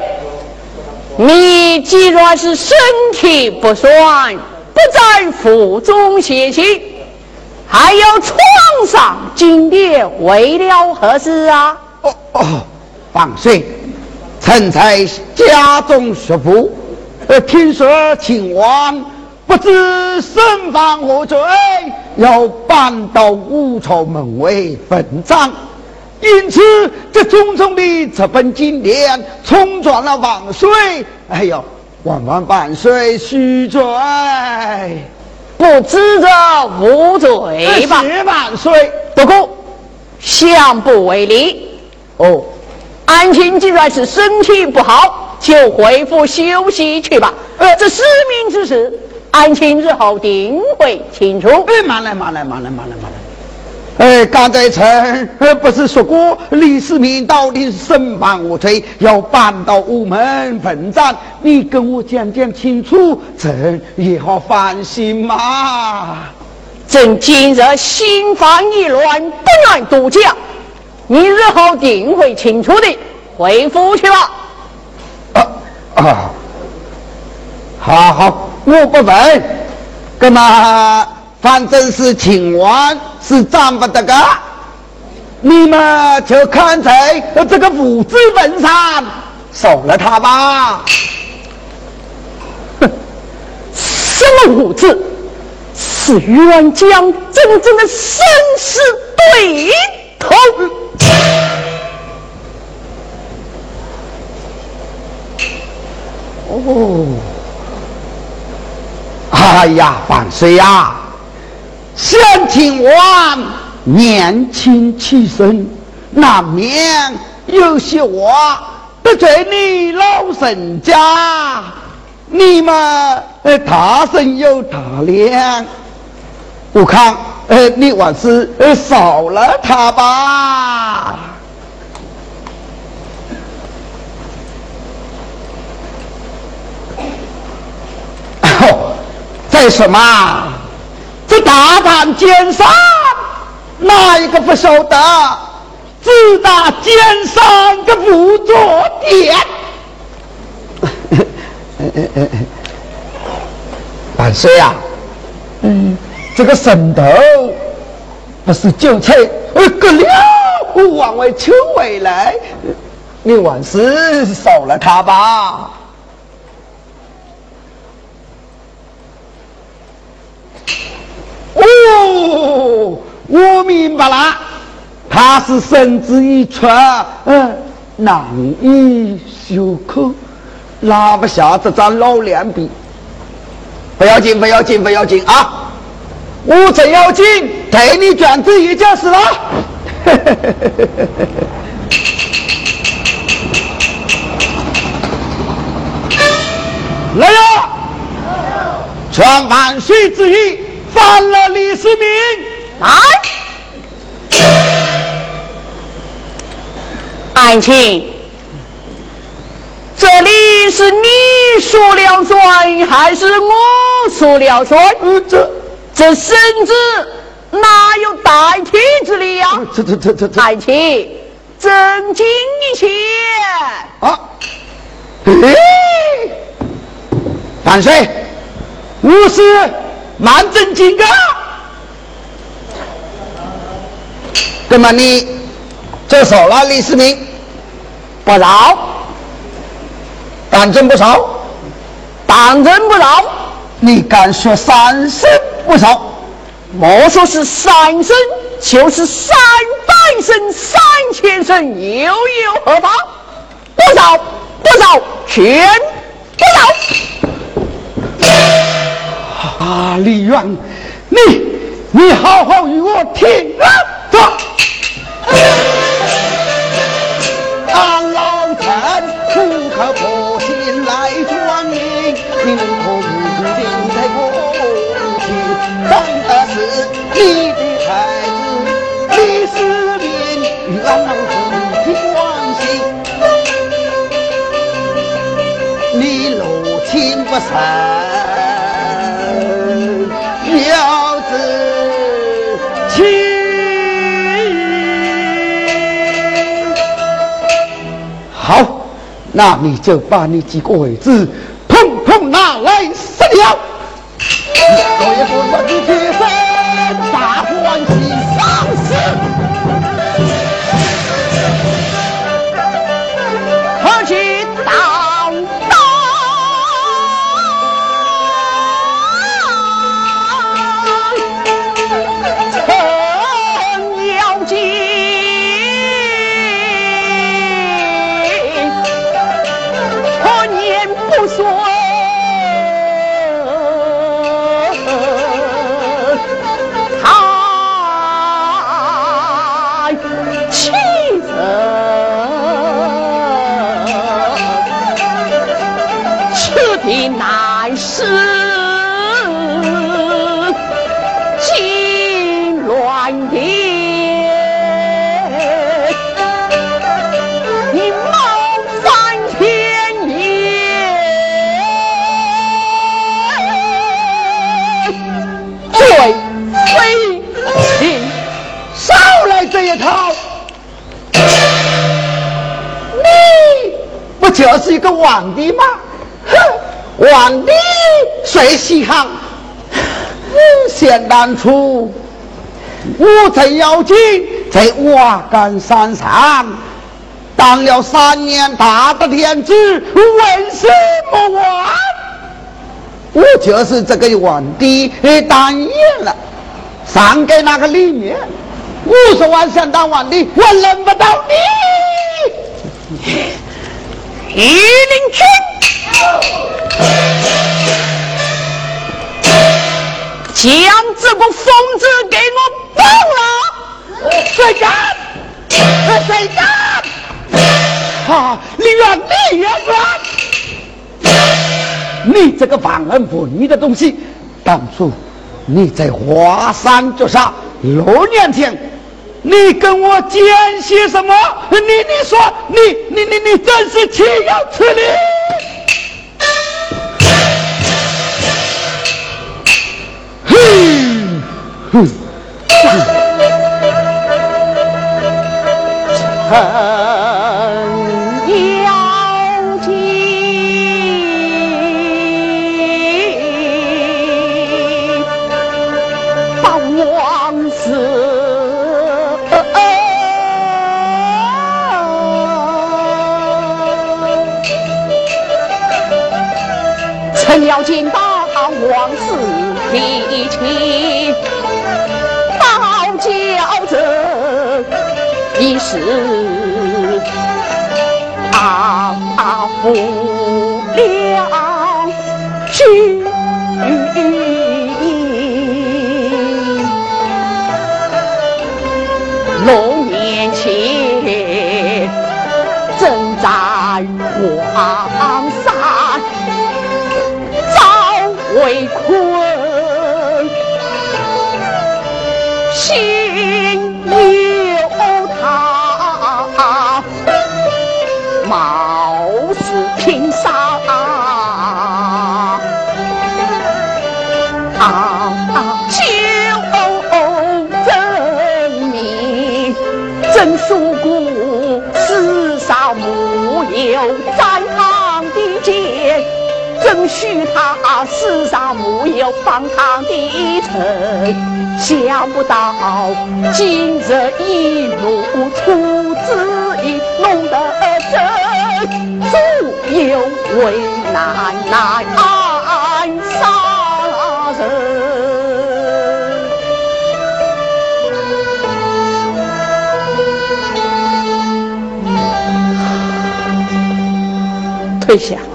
你既然是身体不爽，不在府中歇息，还有床上金殿，为了何事啊？ 万岁，臣在家中学府，听说秦王不知身犯何罪，要搬到武朝门为分赃，因此这重重的这本金莲冲撞了万岁。哎呦，万岁恕罪， 不知者无罪吧？ 是万岁。 不过相不为例。安庆既然是身体不好，就回府休息去吧。这失明之事，安庆日后定会清楚。 慢来。刚才臣不是说过李世民到底是身犯何罪，要搬到午门分赃？你跟我讲清楚，臣也好放心嘛。 朕今日心烦意乱，不能度假。你日后定会清楚的，回府去吧。 好，我不问。干嘛？反正是秦王是占不得的，你们就看在这个五字本上收了他吧。 什么五字？是元将真正的生死对头。 哎呀，万岁呀！先秦王年轻气盛，难免有些话得罪你老人家，你们大人有大量，我看你还是少了他吧。再说嘛，这大唐奸商哪一个不晓得？自打奸商的不作点。万岁啊！这个神头不是就才割了往外求回来，你还是收了他吧。我明白了，他是绳子一串，难以修口，拉不下这张老脸皮。不要紧啊！我真要紧，替你卷子一件事了。来呀！传万岁之意，犯了李世民。 来，安庆，这里是你说了算，还是我说了算？这绳子哪有代替之理呀？安庆，正经一些啊！万岁，我是蛮正经的。那么你这手了李世民不饶， 当真不饶？ 当真不饶。 你敢说三声不饶？ 莫说是3声，就是300声、3000声，又有何妨？不饶，全不饶！ 啊，李渊，你好好与我听啊！走。俺老臣苦口婆心来转命，你能可不定在过去，当的是你的孩子李世民，与俺老臣的关系，你如情不善，要知情。 好，那你就把你几个儿子统统拿来杀了。我也不问你决身，大欢喜丧死。 何去道道？陈瑶金，何年不遂？难事金銮殿，你冒犯天爷，罪非轻， 少来这一套！你不就是一个皇帝吗？哼！皇帝谁稀罕？想当初，我陈瑶金在瓦岗山上当了3年大的天子，问世不完。我就是这个皇帝当厌了，上给那个里面50万想当皇帝，我轮不到你。 李陵君。将这个疯子给我绑了！ 谁干？谁干？啊！你原你这个忘恩负义的东西！当初你在华山脚下6年前，你跟我讲些什么？你说你真是岂有此理！哼！ 陈瑶金，把王子陈瑶金把王子提起。叫着一时负了去6年前正在黄山遭围困，心有他貌似平沙就证明真属故世上无有在堂的剑，怎许他世上无有放堂的臣。想不到今日一路出自意，弄得真主有为难暗杀人。退下。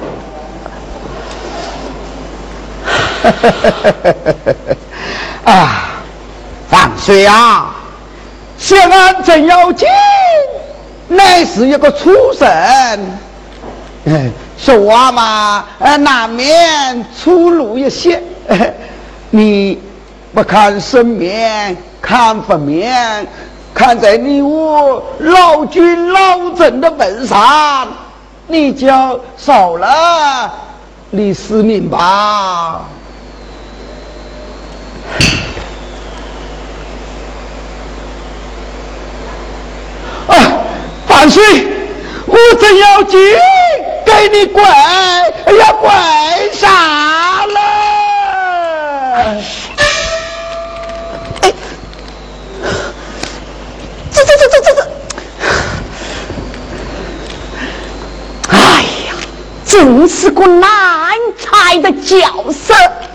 啊！放水啊！谢安真要紧，乃是一个畜生。说话嘛，难免粗鲁一些。你不看生面，看佛面，看在你我老君老臣的份上，你就少了李世民吧。万岁！ 我真要紧给你跪，要跪啥了？ 哎，这，哎呀，真是个难猜的角色。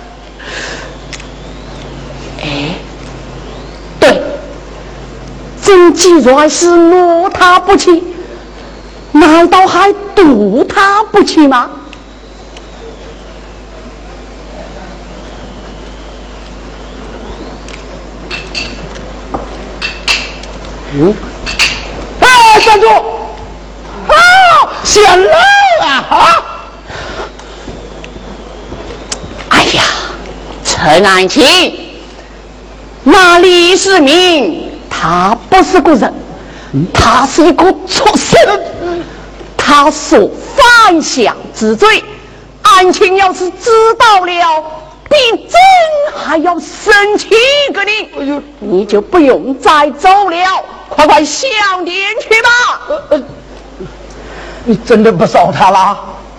哎，对，真既然是诺他不起，难道还赌他不起吗？ 哎，站住！啊，显露啊！ 哎呀，陈安庆，那李世民他不是个人，他是一个畜生，他所犯下之罪，安庆要是知道了，比朕还要生气个你，你就不用再走了，快快小殿去吧。 你真的不烧他了？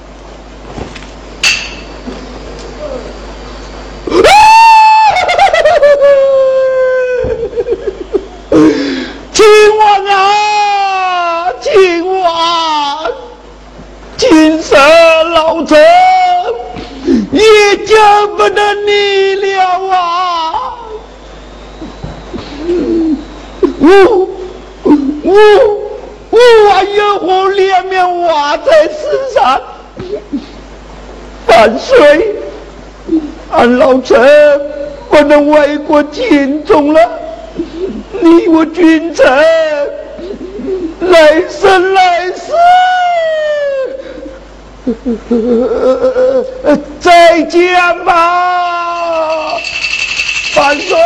秦王啊，秦王，金色老臣也救不得你了啊！我还有何脸面画在世上？万岁！俺老臣不能为国尽忠了，你我君臣来生来世再见吧，万岁！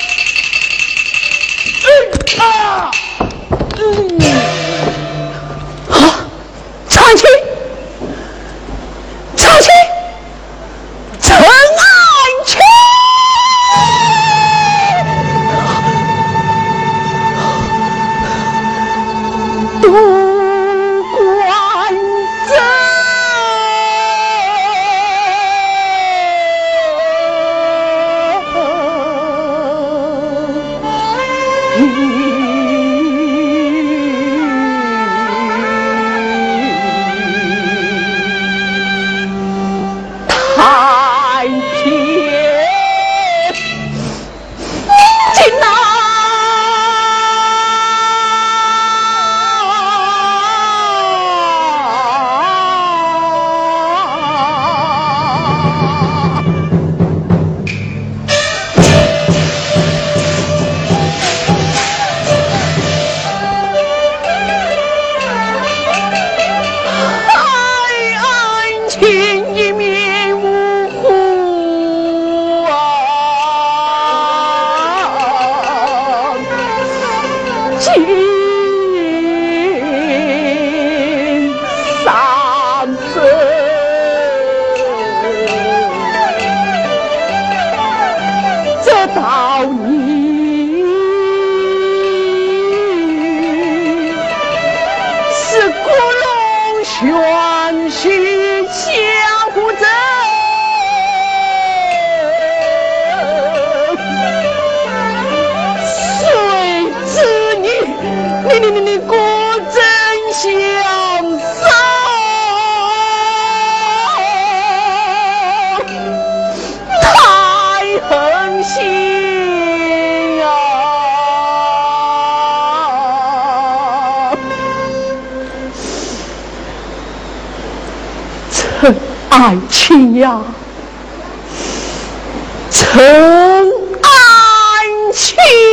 长青，长青，陈安庆，杜关贞。爱卿呀，陈安庆，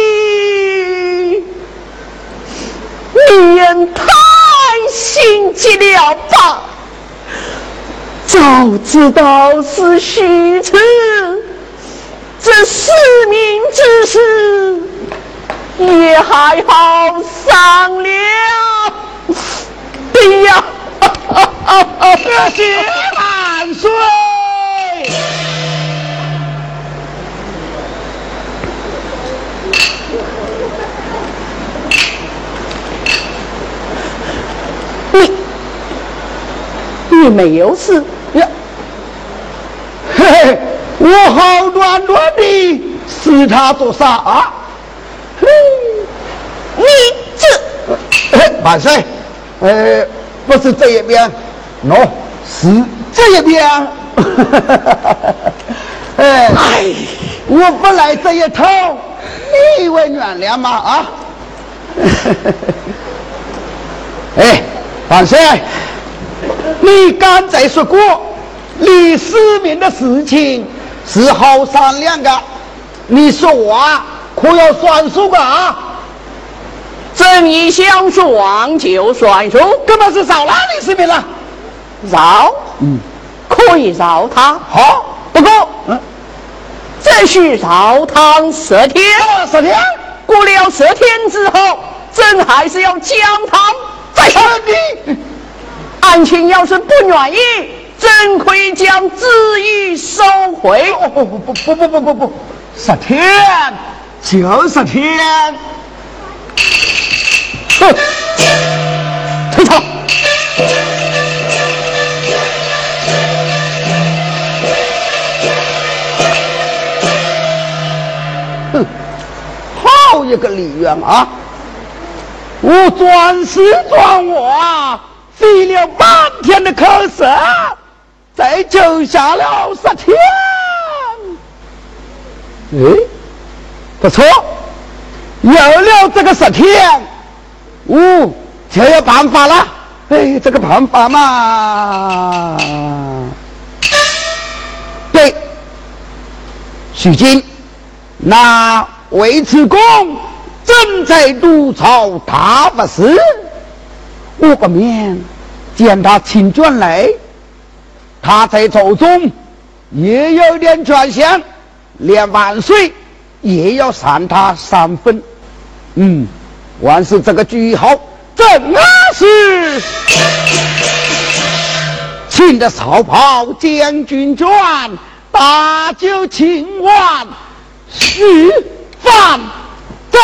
你也太心急了吧！早知道是虚词，这失明之事也还好商量。哎呀！ 谢万岁！ 你没有事呀。嘿嘿，我好端端的使他做啥啊？嘿， 你万岁，不是这一边，是这一边。我不来这一套，你会原谅吗？啊？万岁，你刚才说过，李世民的事情是好商量的，你说话可要算数个啊？ 正义相算就算数， 根本是少了李世民了。 饶，可以饶他。 好， 不过，这需饶他10天。 10天， 过了10天之后，朕还是要将他再审理。案情要是不愿意，朕可以将旨意收回。 不，10天，就10天。 退场。 好一个李渊啊！我转时转我啊，费了半天的口舌，才救下了10天。不错，有了这个10天，就有办法了。这个办法嘛，对，许金，那尉迟恭正在督朝大法事，我不免见他请卷来，他在朝中也有点权限，连万岁也要赏他3分。万事这个句号正是请的少袍将军传，大酒请万续饭走。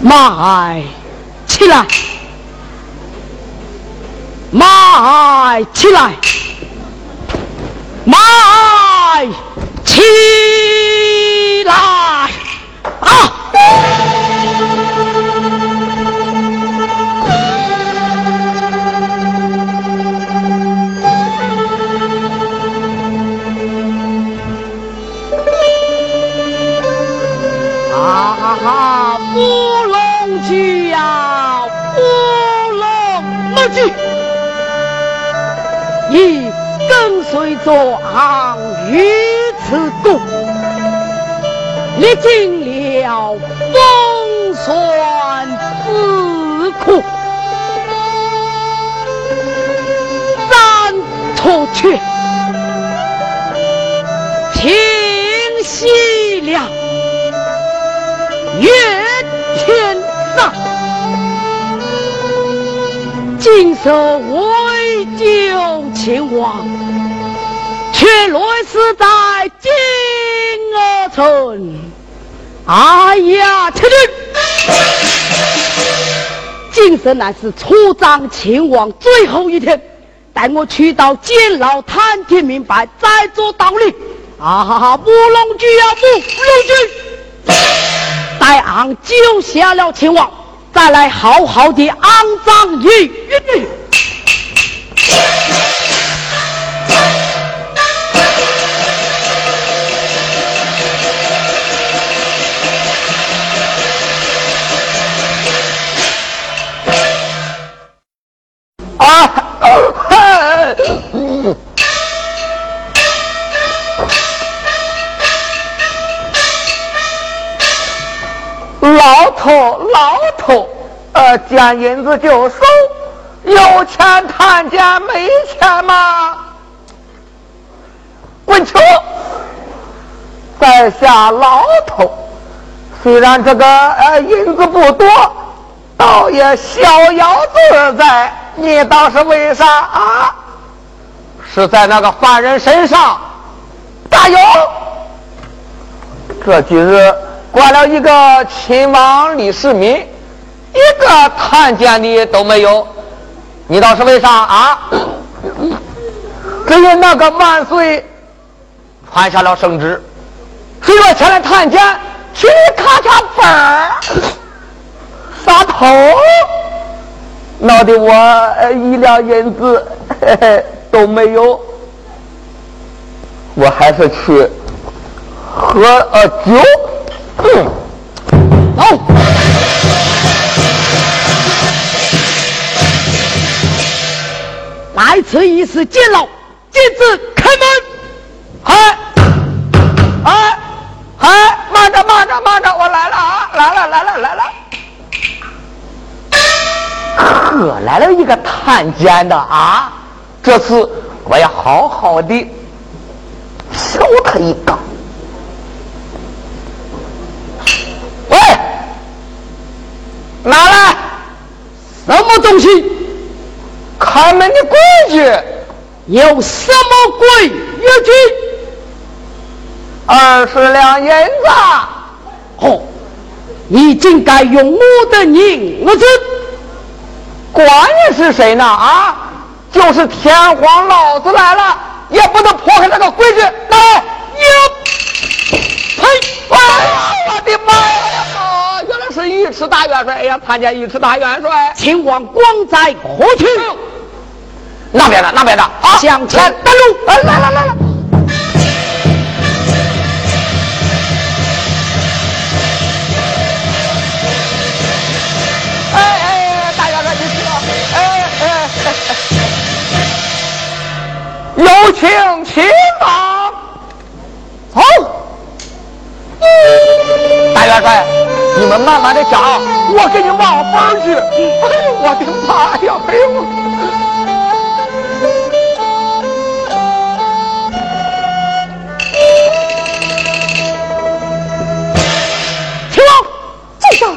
马儿起来，马儿起来，马儿起来啊！乌龙驹呀，乌龙驹，已跟随着昂于此故，历经了风霜自苦，暂出去，停息了。月天上，今首为救秦王，却落死在金鹅村。哎呀，天君，今生乃是出掌秦王最后一天，待我去到监牢探听明白，再做道理。啊，不龙驹啊，不龙驹！待俺救下了秦王，再来好好的安葬于你。 老头，见银子就收，有钱看见没钱吗？滚球！在下老头，虽然这个银子不多，倒也逍遥自在。你倒是为啥啊？是在那个犯人身上大有？这几日关了一个秦王李世民，一个探监的都没有，你倒是为啥啊？只有那个万岁传下了圣旨，谁若前来探监，请你咔嚓本儿杀头，闹得我一两银子都没有，我还是去喝酒。 走，来此一时监牢，禁止开门。 慢着，我来了啊！来了！呵，来了一个探监的啊！这次我要好好的敲他一个。喂，拿来什么东西？ 开门的规矩。 有什么规矩 ？20两银子。 哦，你竟敢用我的银子？ 管你是谁呢啊！就是天皇老子来了，也不能破开这个规矩。来，我的妈呀！原来是尉迟大元帅呀！参见尉迟大元帅。 秦王光在何处？ 那边的啊！ 向前登陆！ 来！大元帅你请。有请秦王。 走。 大元帅，你们慢慢的讲，我给你往返去。哎呦，我的妈呀！哎呦！ 秦王，这上。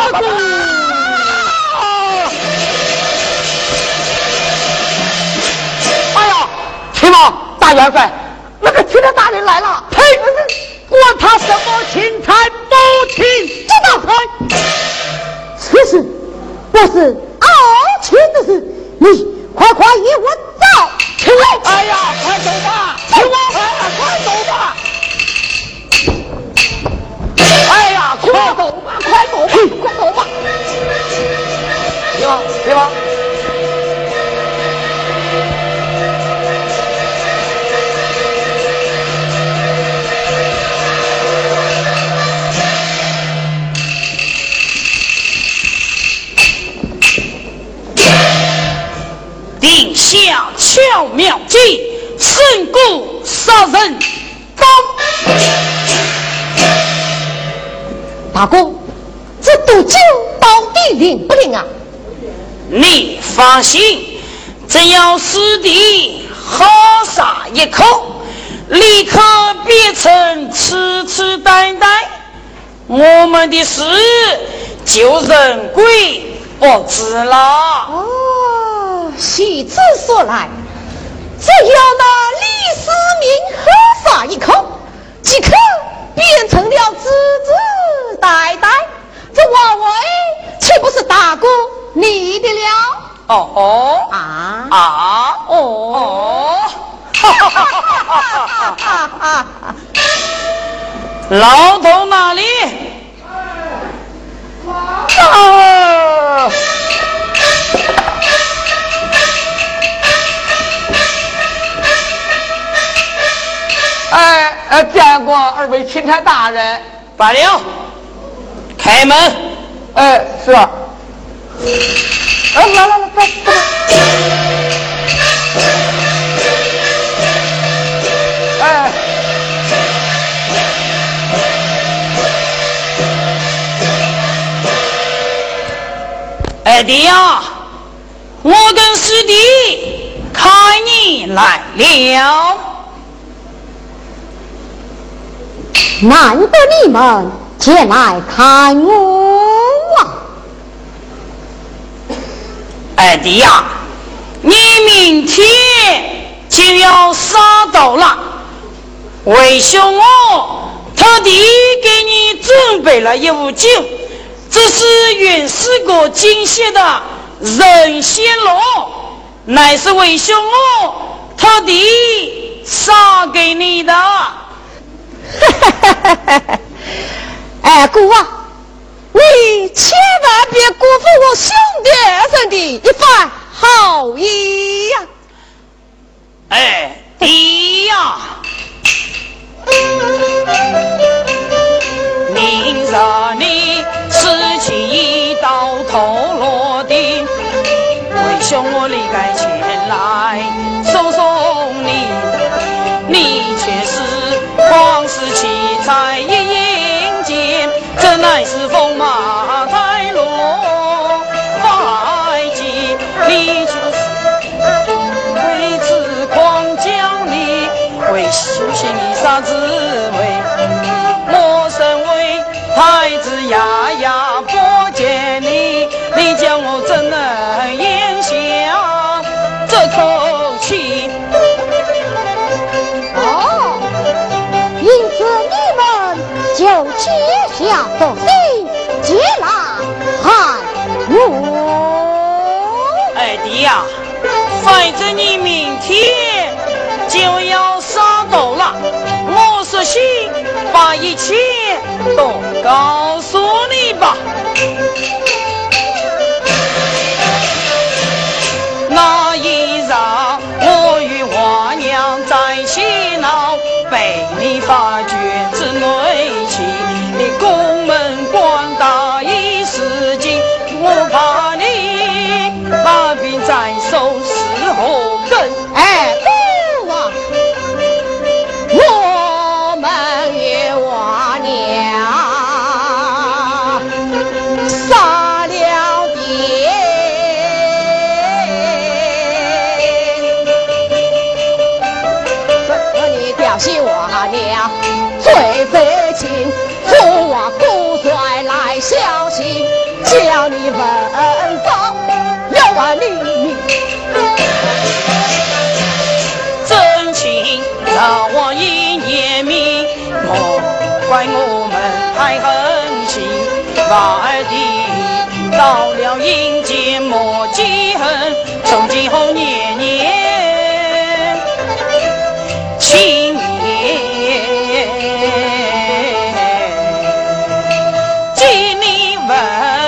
哎呀，秦王大元帅，那个钦差大人来了！ 呸！管他什么钦差不钦差， 此事不是傲卿的事，你快快与我走！ 哎呀，快走吧，秦王，快走吧！哎呀，快走吧，快走吧，快走吧！ 秦王，秦王。 定下巧妙计，胜过杀人刀。 大公，这毒酒到底灵不灵啊？ 你放心，只要师弟喝下一口，立刻变成痴痴呆呆，我们的事就人鬼不知了。 哦，喜之所来，只要那李世民喝下一口，即可变成了痴痴呆呆，这王位岂不是大哥你的了？ 哦啊啊哦！ 哈哈哈哈哈！老头哪里？ 啊！见过二位钦差大人。 罢了，开门。 是。来， 二弟呀，我跟师弟看你来了。 难得你们前来看我啊！ 二弟呀，你明天就要杀走了，为兄我特地给你准备了一壶酒，这是袁世国精写的人仙罗，乃是为兄我特地杀给你的。 哎，姑啊，你千万别辜负我兄弟二人的一番好意呀！ 哎，弟呀，明日你此起到头落定，为兄我立盖前来送送你，你却是皇室奇才一应见，这乃是风马太落拜金，你就是为此狂将你，为修行以啥滋味？我身为太子牙牙不见你，你叫我怎能咽下这口气？ 哦，因此你们就接下走心，接来喊我。 二弟呀，反正你明天就要杀走了，我索性把一切都告诉你吧。那一日我与娃娘在嬉闹，被你发觉之内情，你宫门广大一时惊，我怕你把病在手时候更。 哎，姑啊，我们与我娘杀叫你问方要万里， 真情让我一念明，莫怪我们太狠心，外地到了阴间莫记恨，从今后年年情念记你问。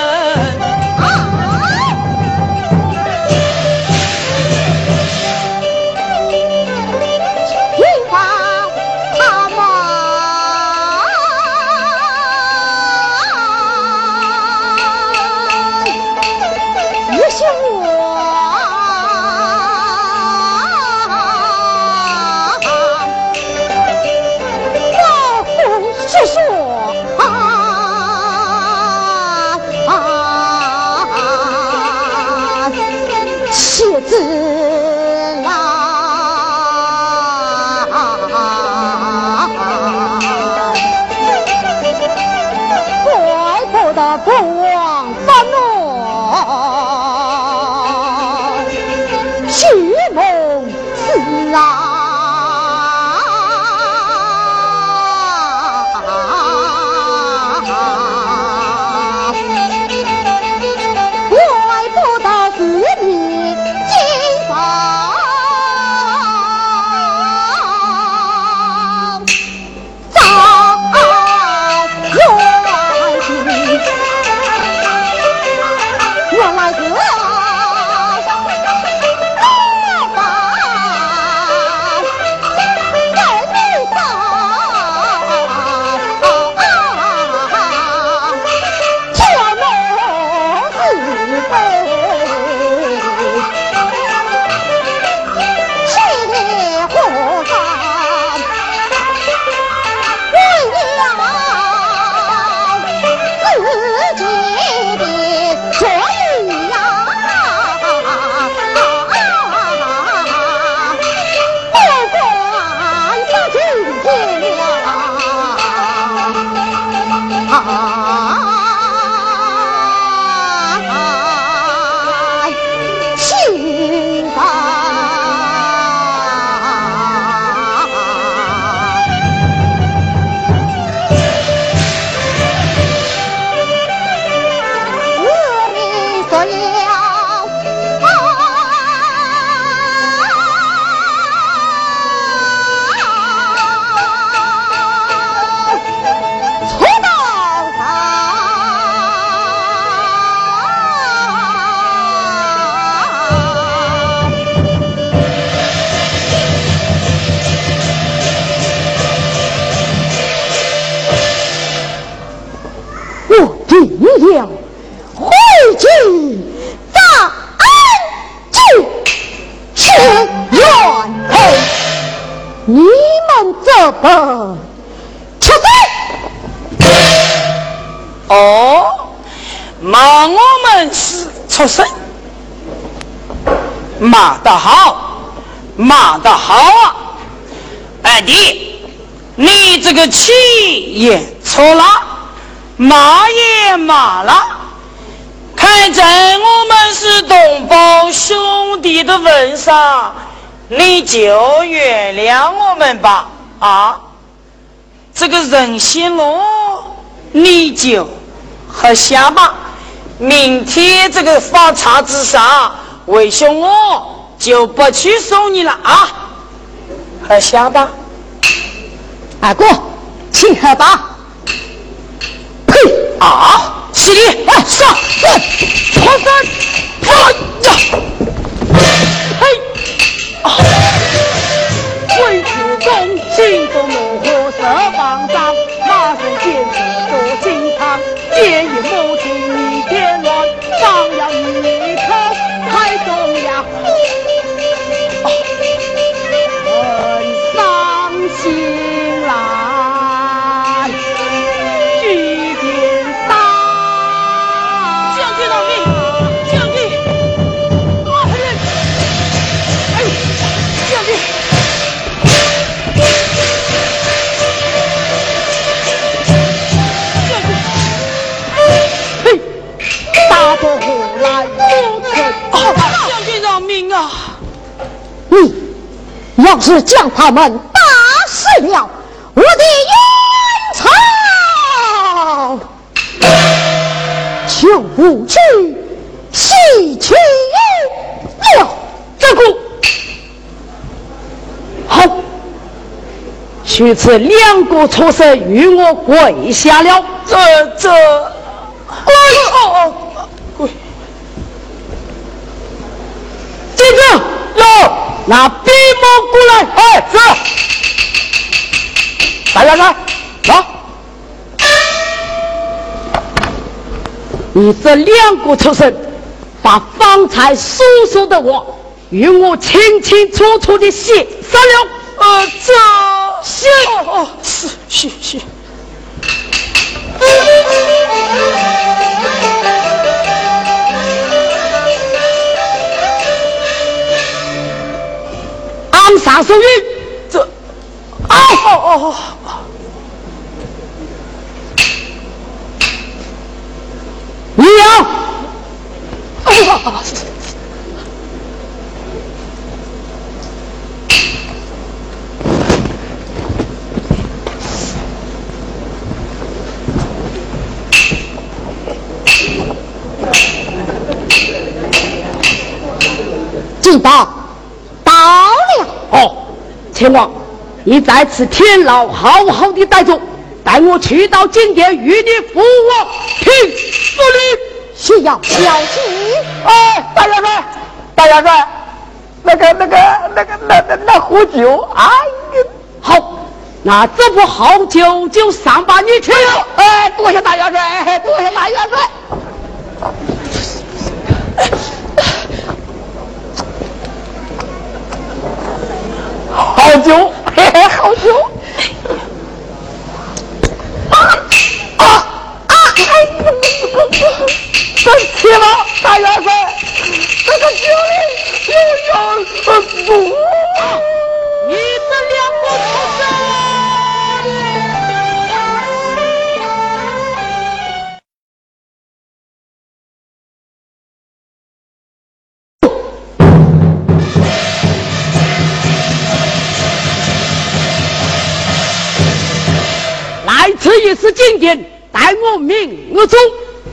定要回去大安郡是冤仇，你们这本出生哦，骂我们是畜生，骂得好，骂得好啊！二弟，你这个气也错了，骂也骂了，看在我们是同胞兄弟的份上，你就原谅我们吧啊！这个人心路你就喝下吧，明天这个发茶之上，为兄我就不去送你了啊！喝下吧， 二哥，请喝吧。 呸！啊！起立！哎，上！出山！哎呀！嘿！啊！ 为主公心中怒火色方丈，马上见识多金汤，建议母亲你别乱，上要一口太重呀！很伤心来，举剑杀。 做何来无存？ 将军饶命啊！ 你要是将他们打死了，我的冤仇就不去洗去了。 这个好，许此两个畜生与我跪下了。跪！接着哟，拿笔墨过来。 哎，是。大家看，走。 你这两个畜生，把方才所说的话与我清清楚楚的写上了。 是。 按上手谕，你要。 进报到了。 哦，前王，你在此天牢好好的待着，带我去到金殿与你扶我听司令。 需要小心。 哎，大元帅，那壶酒，哎呀， 好，那这壶好酒就上把你去了。 哎，多谢大元帅，多谢大元帅。好酒，嘿嘿，好酒。真气了，大元帅，这个酒里又有毒。 你这两个畜生！ 来此一次经典，待我命我走。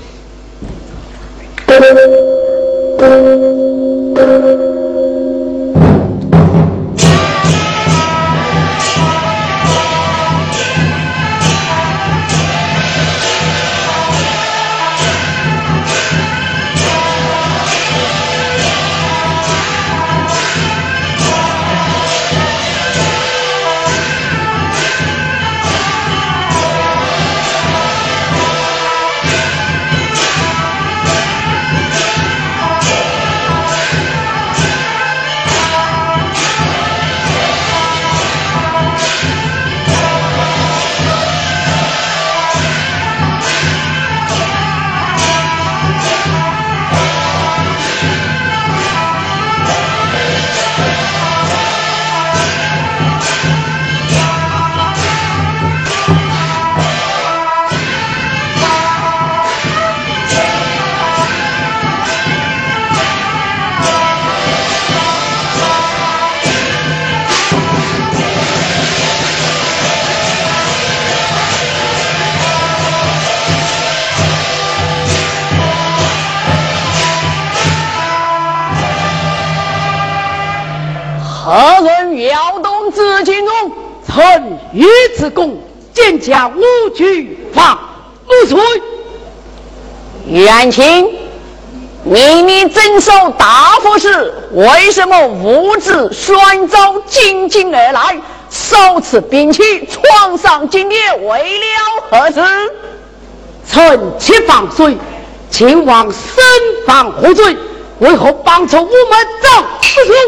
何人摇动紫金钟？臣于此功，见驾无惧放无罪。 元清，命你镇守大佛时，为什么兀自宣召进京而来？手持兵器闯上金殿，为了何事？ 臣妾放水，秦王身犯何罪？为何帮助我们长不出？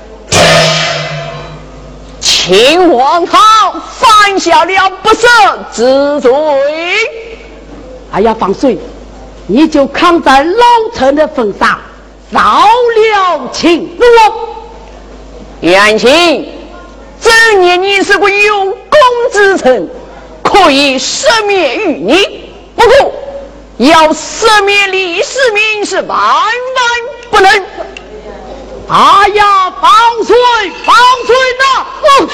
秦王他犯下了不赦之罪。 哎呀，放水，你就扛在老臣的份上，饶了秦王。 元清，正念你是个有功之臣，可以赦免于你，不过要赦免李世民是万万不能！哎呀，放水，放水呐！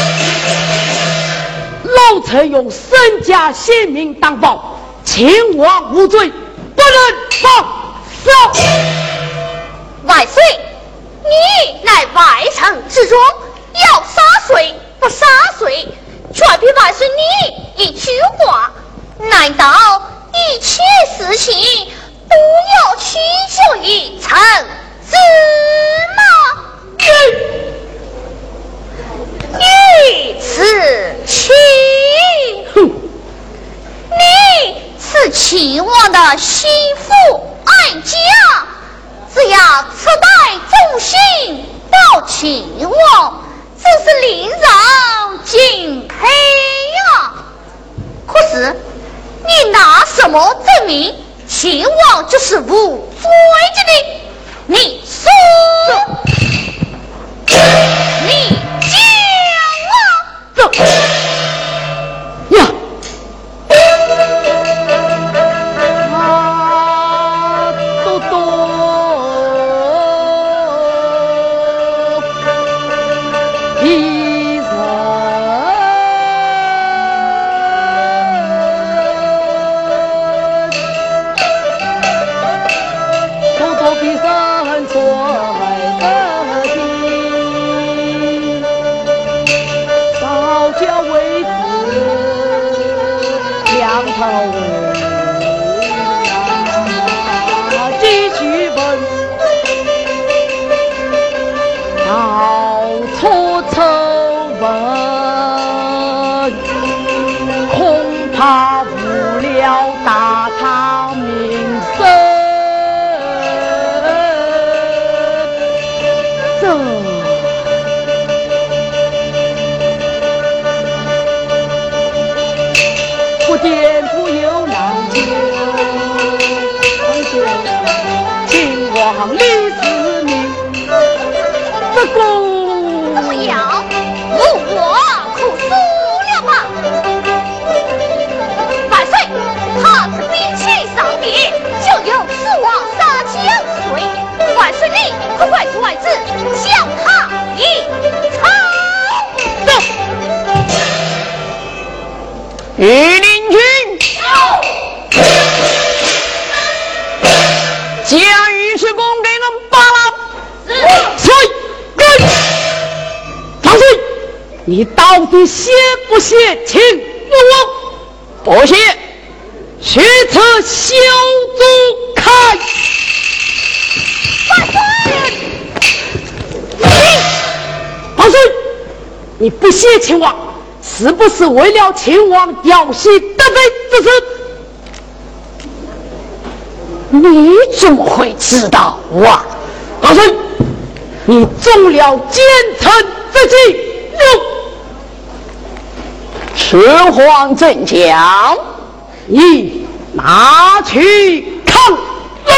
老臣用身家性命担保，秦王无罪，不能放手。 万岁，你乃外臣之中，要杀谁不杀谁，却比万岁你一句话。难道一切事情都要取决于臣子吗？于此情，你是秦王的心腹爱将，只要此代忠心到秦王，真是令人敬佩呀！可是你拿什么证明秦王就是无罪的呢？你说，你讲啊！ 走呀！多一人，多比山川的地，少教为子，两头几句文，到处丑闻，恐怕误了大唐名声。不见不有难救，秦王李世民，这功不要无我苦诉了吧！万岁，他自兵器上面就有死亡杀将罪，万岁你可快出外子向他一场。 走，御林军将尉迟恭给人扒了，谁跟？万岁，你到底写不写秦王？不写，许此小组开。万岁，你不写秦王，是不是为了秦王调戏得罪之事？你怎么会知道啊？万岁，你中了奸臣之计。赤皇正将，你拿去抗罪。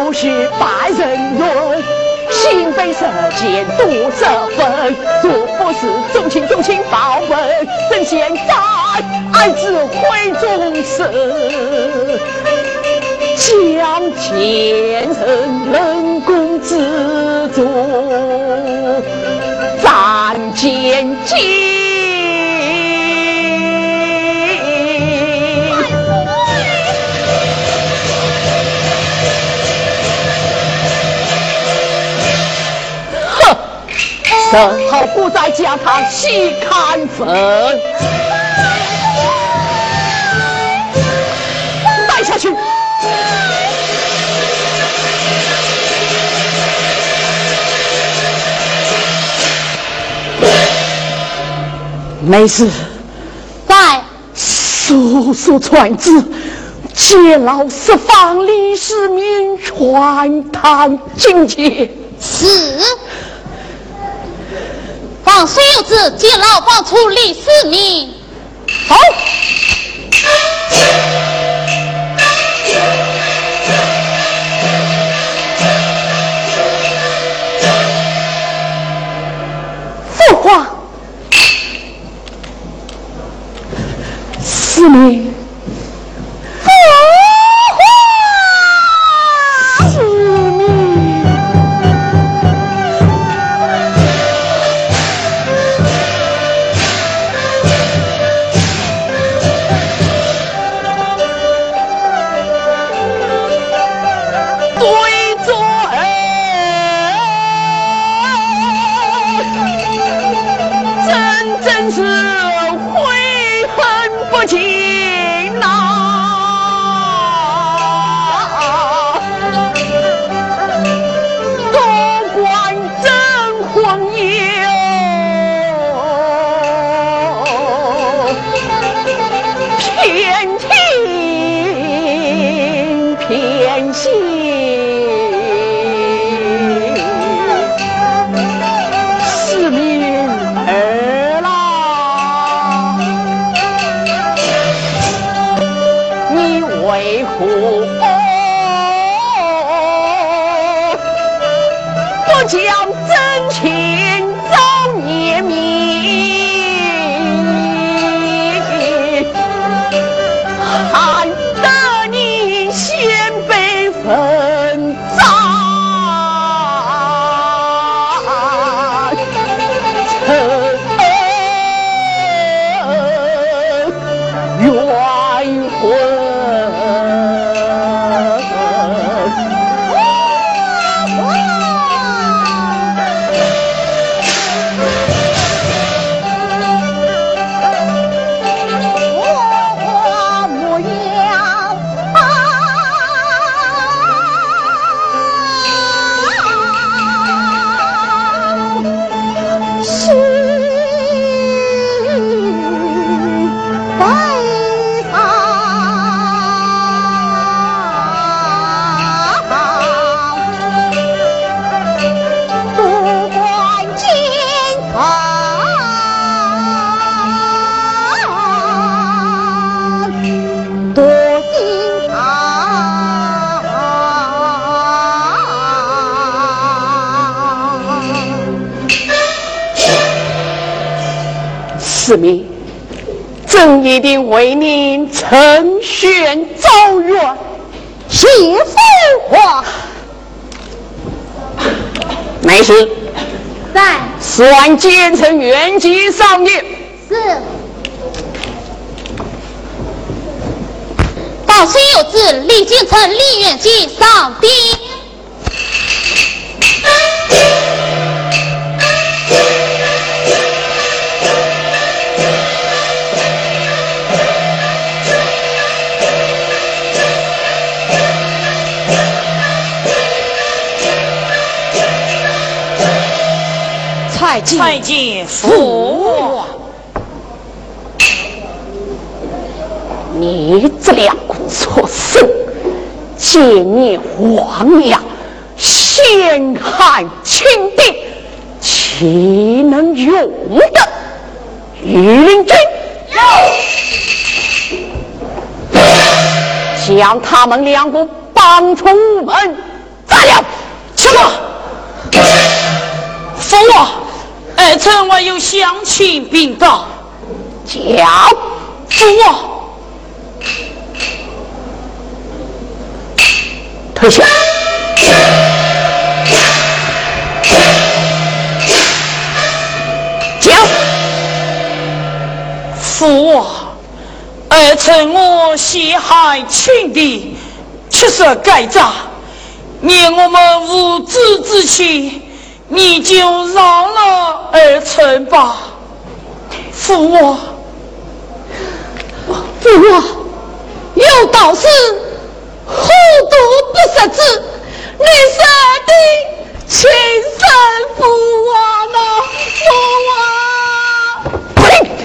有许百人用，心非色见多色分。若不是重情报问，怎现在爱之会中生？将前人人工之作，暂见今。身后不再将他细看分，带下去。没事， 在速速传旨，揭老四方李世民传堂境界。 是。放孙有志接牢放出李世民。 好。父皇，世民。世民，朕一定为您成选招远。 谢父皇。 没事。 在。 算奸臣原籍上念。 是。报孙有志，李京城李元吉上殿。 太监父， 你这两个畜生，奸孽皇娘，陷害亲弟，岂能容得？御林军将他们两个绑出午门， 了，什么？父王，儿臣我有乡亲禀告。 叫父王， 退下。叫父王，儿臣我陷害亲弟，确实该诈，念我们无知之情，你就饶了儿臣吧。父王， 父王，有道是虎毒不食子，你是的亲生父王啊，父王！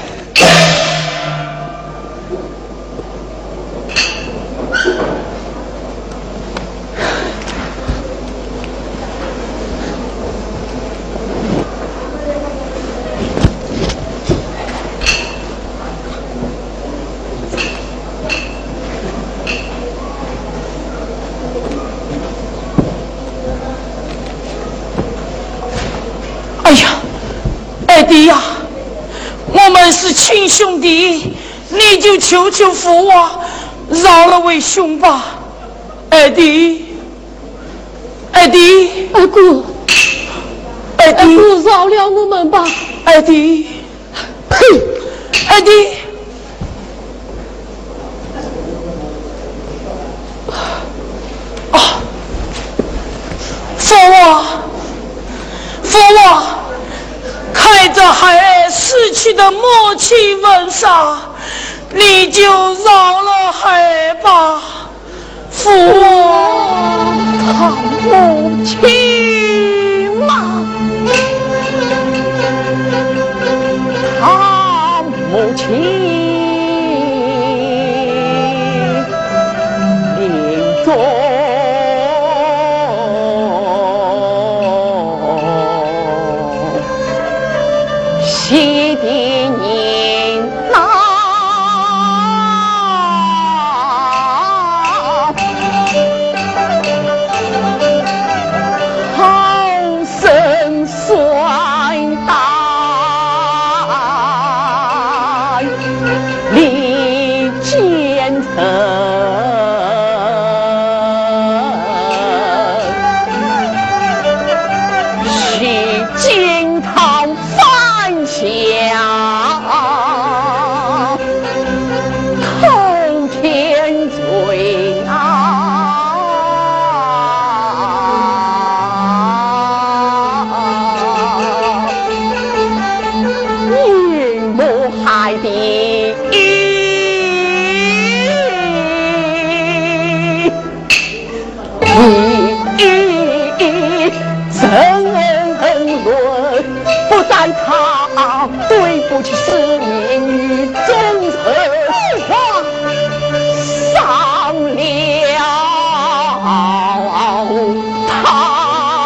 哎呀，二弟呀，我们是亲兄弟，你就求求父王饶了为兄吧。二弟，二弟， 二姑， 二弟， 饶了我们吧。 二弟， 呸！ 二弟，啊，父王，父王，看着孩儿逝去的母亲温莎，你就饶了孩儿吧。父王， 他母亲嘛，他母亲临终喜的人呐，好生衰大，李建成。去惊涛翻下，通天罪啊！阴谋害的争论，不但他对不起市民与忠臣话，伤了他。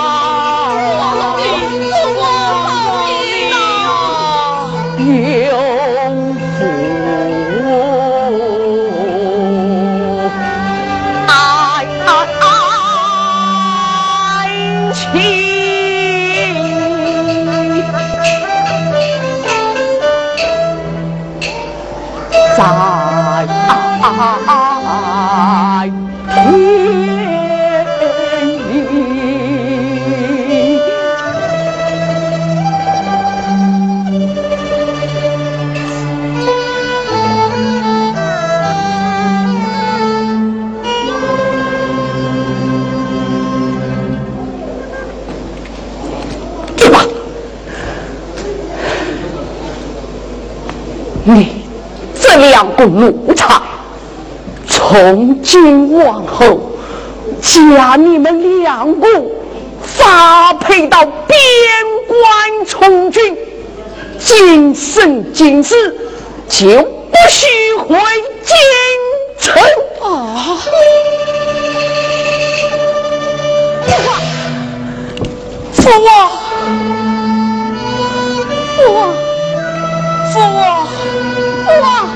永福爱情。在天里，对吧？你这两个奴才，从今往后，将你们两个发配到边关从军，今生今世就不许回京城啊！ 父王， 父王， 父王， 父王。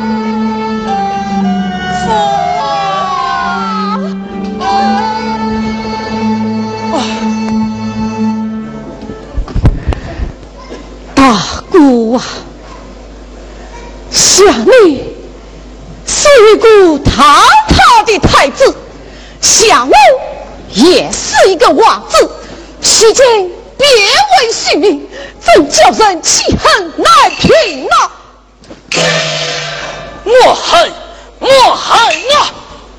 想你是一个堂堂的太子，想我也是一个王子，期间别为性命，真叫人气恨难平啊！ 我恨啊！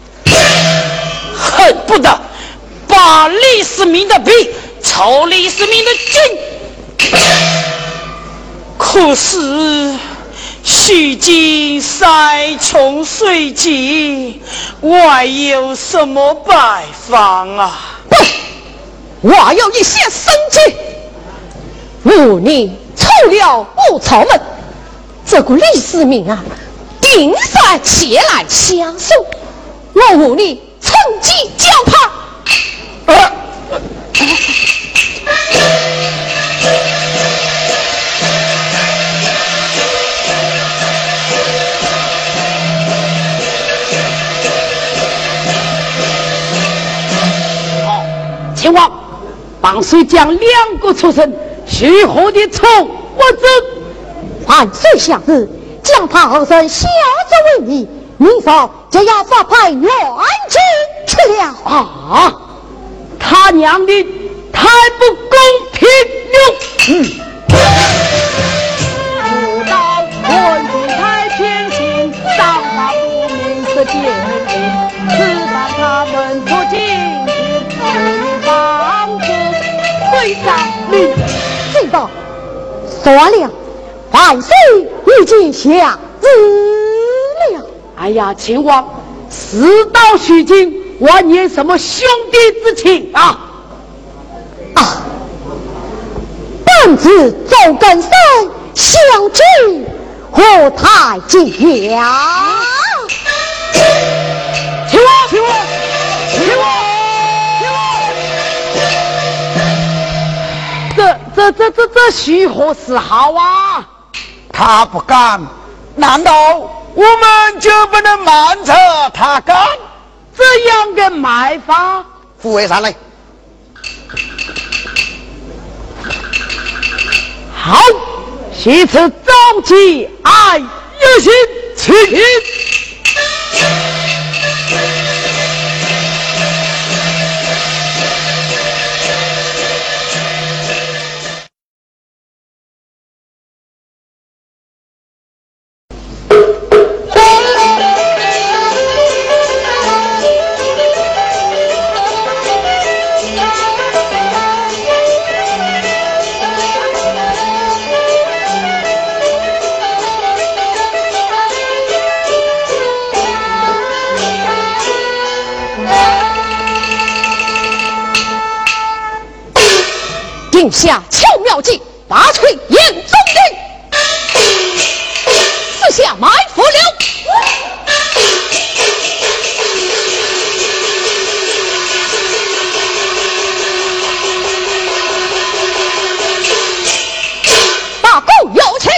恨不得把李世民的笔抽李世民的筋。可是虚惊山穷水尽，我有什么办法啊？ 我有一些生计，吾你出了我朝门，这个李世民啊，定然前来相送，我吾你趁机将他。 秦王，帮谁将两个畜生虚火的仇我走。 万岁相日，将他后生下者为你，明早就要发派援军去了。 啊！他娘的，太不公平了！ 不到文帝太偏心，上他无名是奸淫，只盼他们出京师，自防止会上令。 知道，算了，万岁已经下旨了。 哎呀，秦王，事到须尽，还念什么兄弟之情啊？ 啊！本子周根生相聚何太急呀！ 秦王，秦王，秦王，秦王！这徐何是好啊？ 他不干，难道我们就不能瞒着他干？ 这样的卖法， 护卫上来。 好，昔此召集爱有心，请。 定下巧妙计，拔除眼中的，四下埋伏了。大公有请。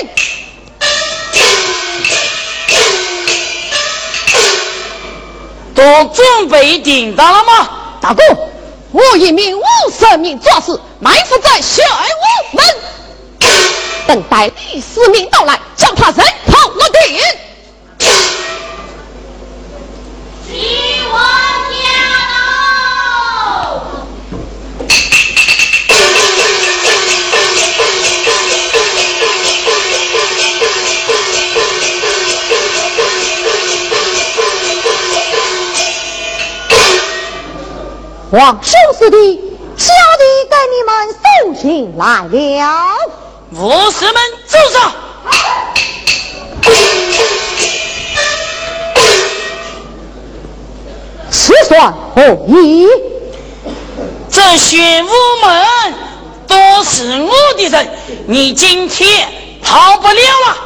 都准备定当了吗？ 大公，我一名武生命壮士埋伏在玄武门，等待李世民到来，将他人头落地。 齐王驾到！ 皇兄师弟，小弟给你们送信来了。 武士们住手！ 此算何意？ 这玄武门都是我的人，你今天跑不了了。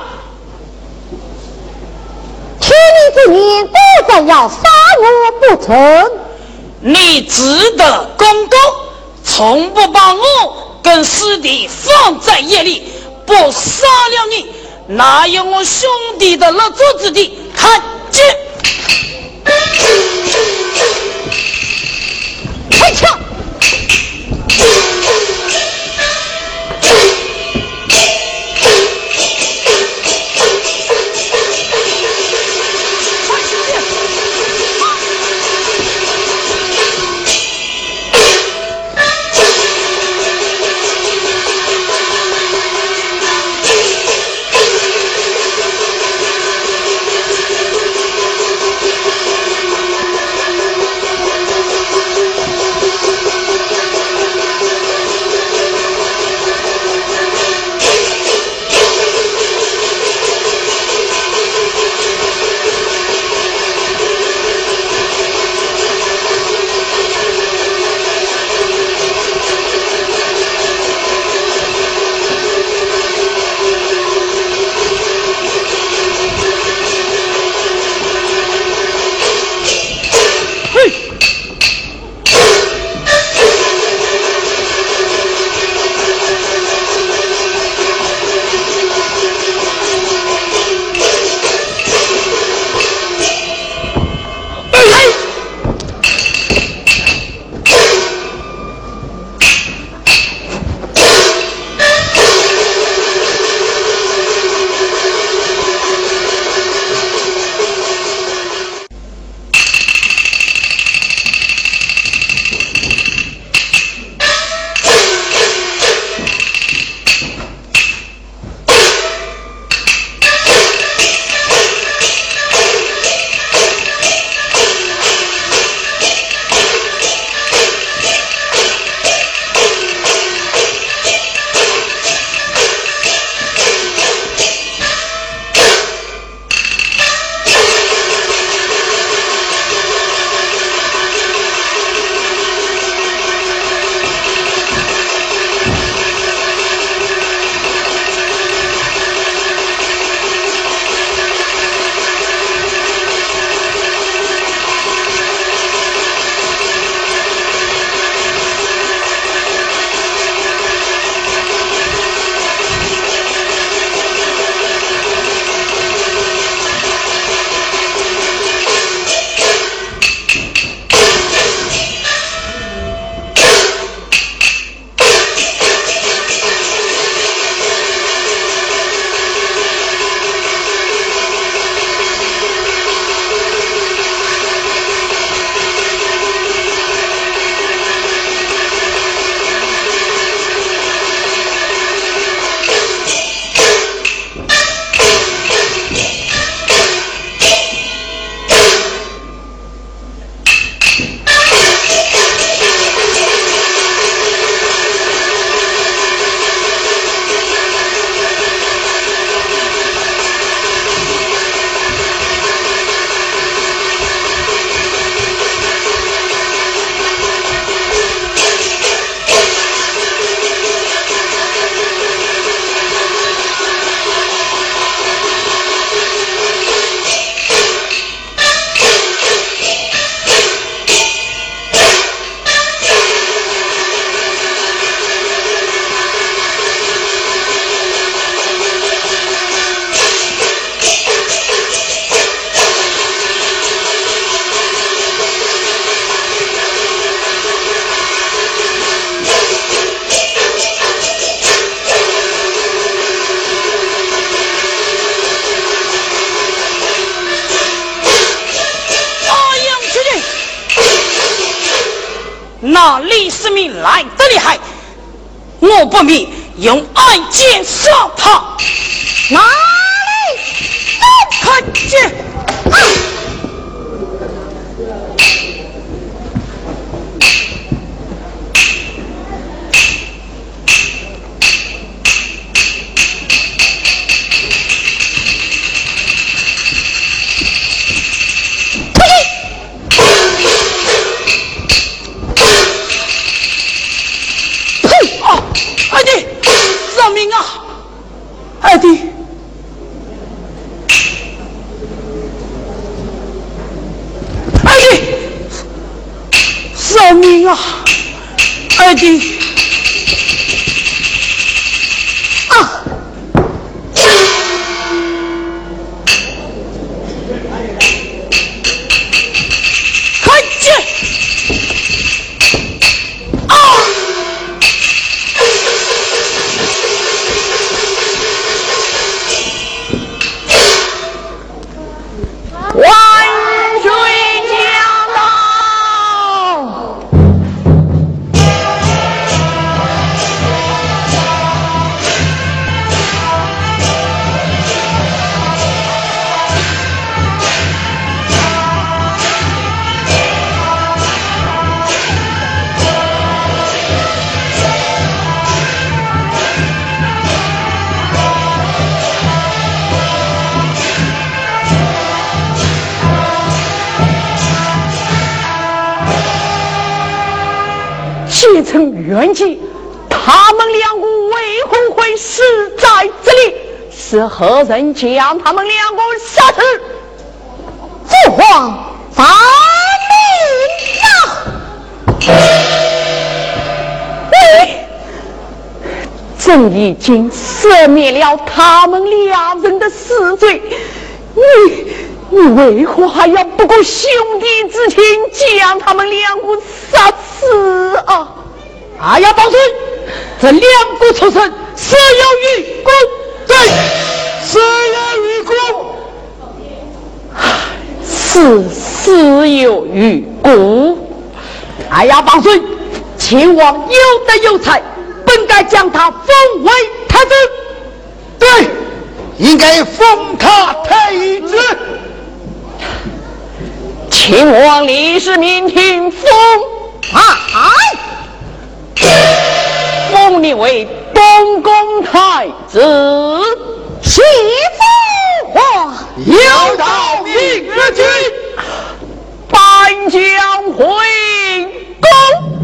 听你之言，果然要杀我不成？ 你只得公公，从不把我跟师弟放在眼里，不杀了你，哪有我兄弟的立足之地？看见！ 开枪！ 那李世民来得厉害，我不免用暗箭杀他。 哪里？ 看见！二弟，饶命啊！二弟，二弟，饶命啊！二弟，啊！看见！啊！万岁驾到！妾臣冤气，他们两个为何会死在这里？是何人将他们两个杀死？ 父皇发命啊！ 喂，朕已经赦免了他们两人的死罪，你为何还要不顾兄弟之情，将他们两个杀死啊？ 哎呀，保岁，这两个畜生死有余辜，对，死有余辜， 死有余辜。 哎呀，保岁，秦王有德有才，本该将他封为太子，对，应该封他太子。 秦王李世民听封封你为东宫太子， 齐父皇有道明日君， 颁奖回宫。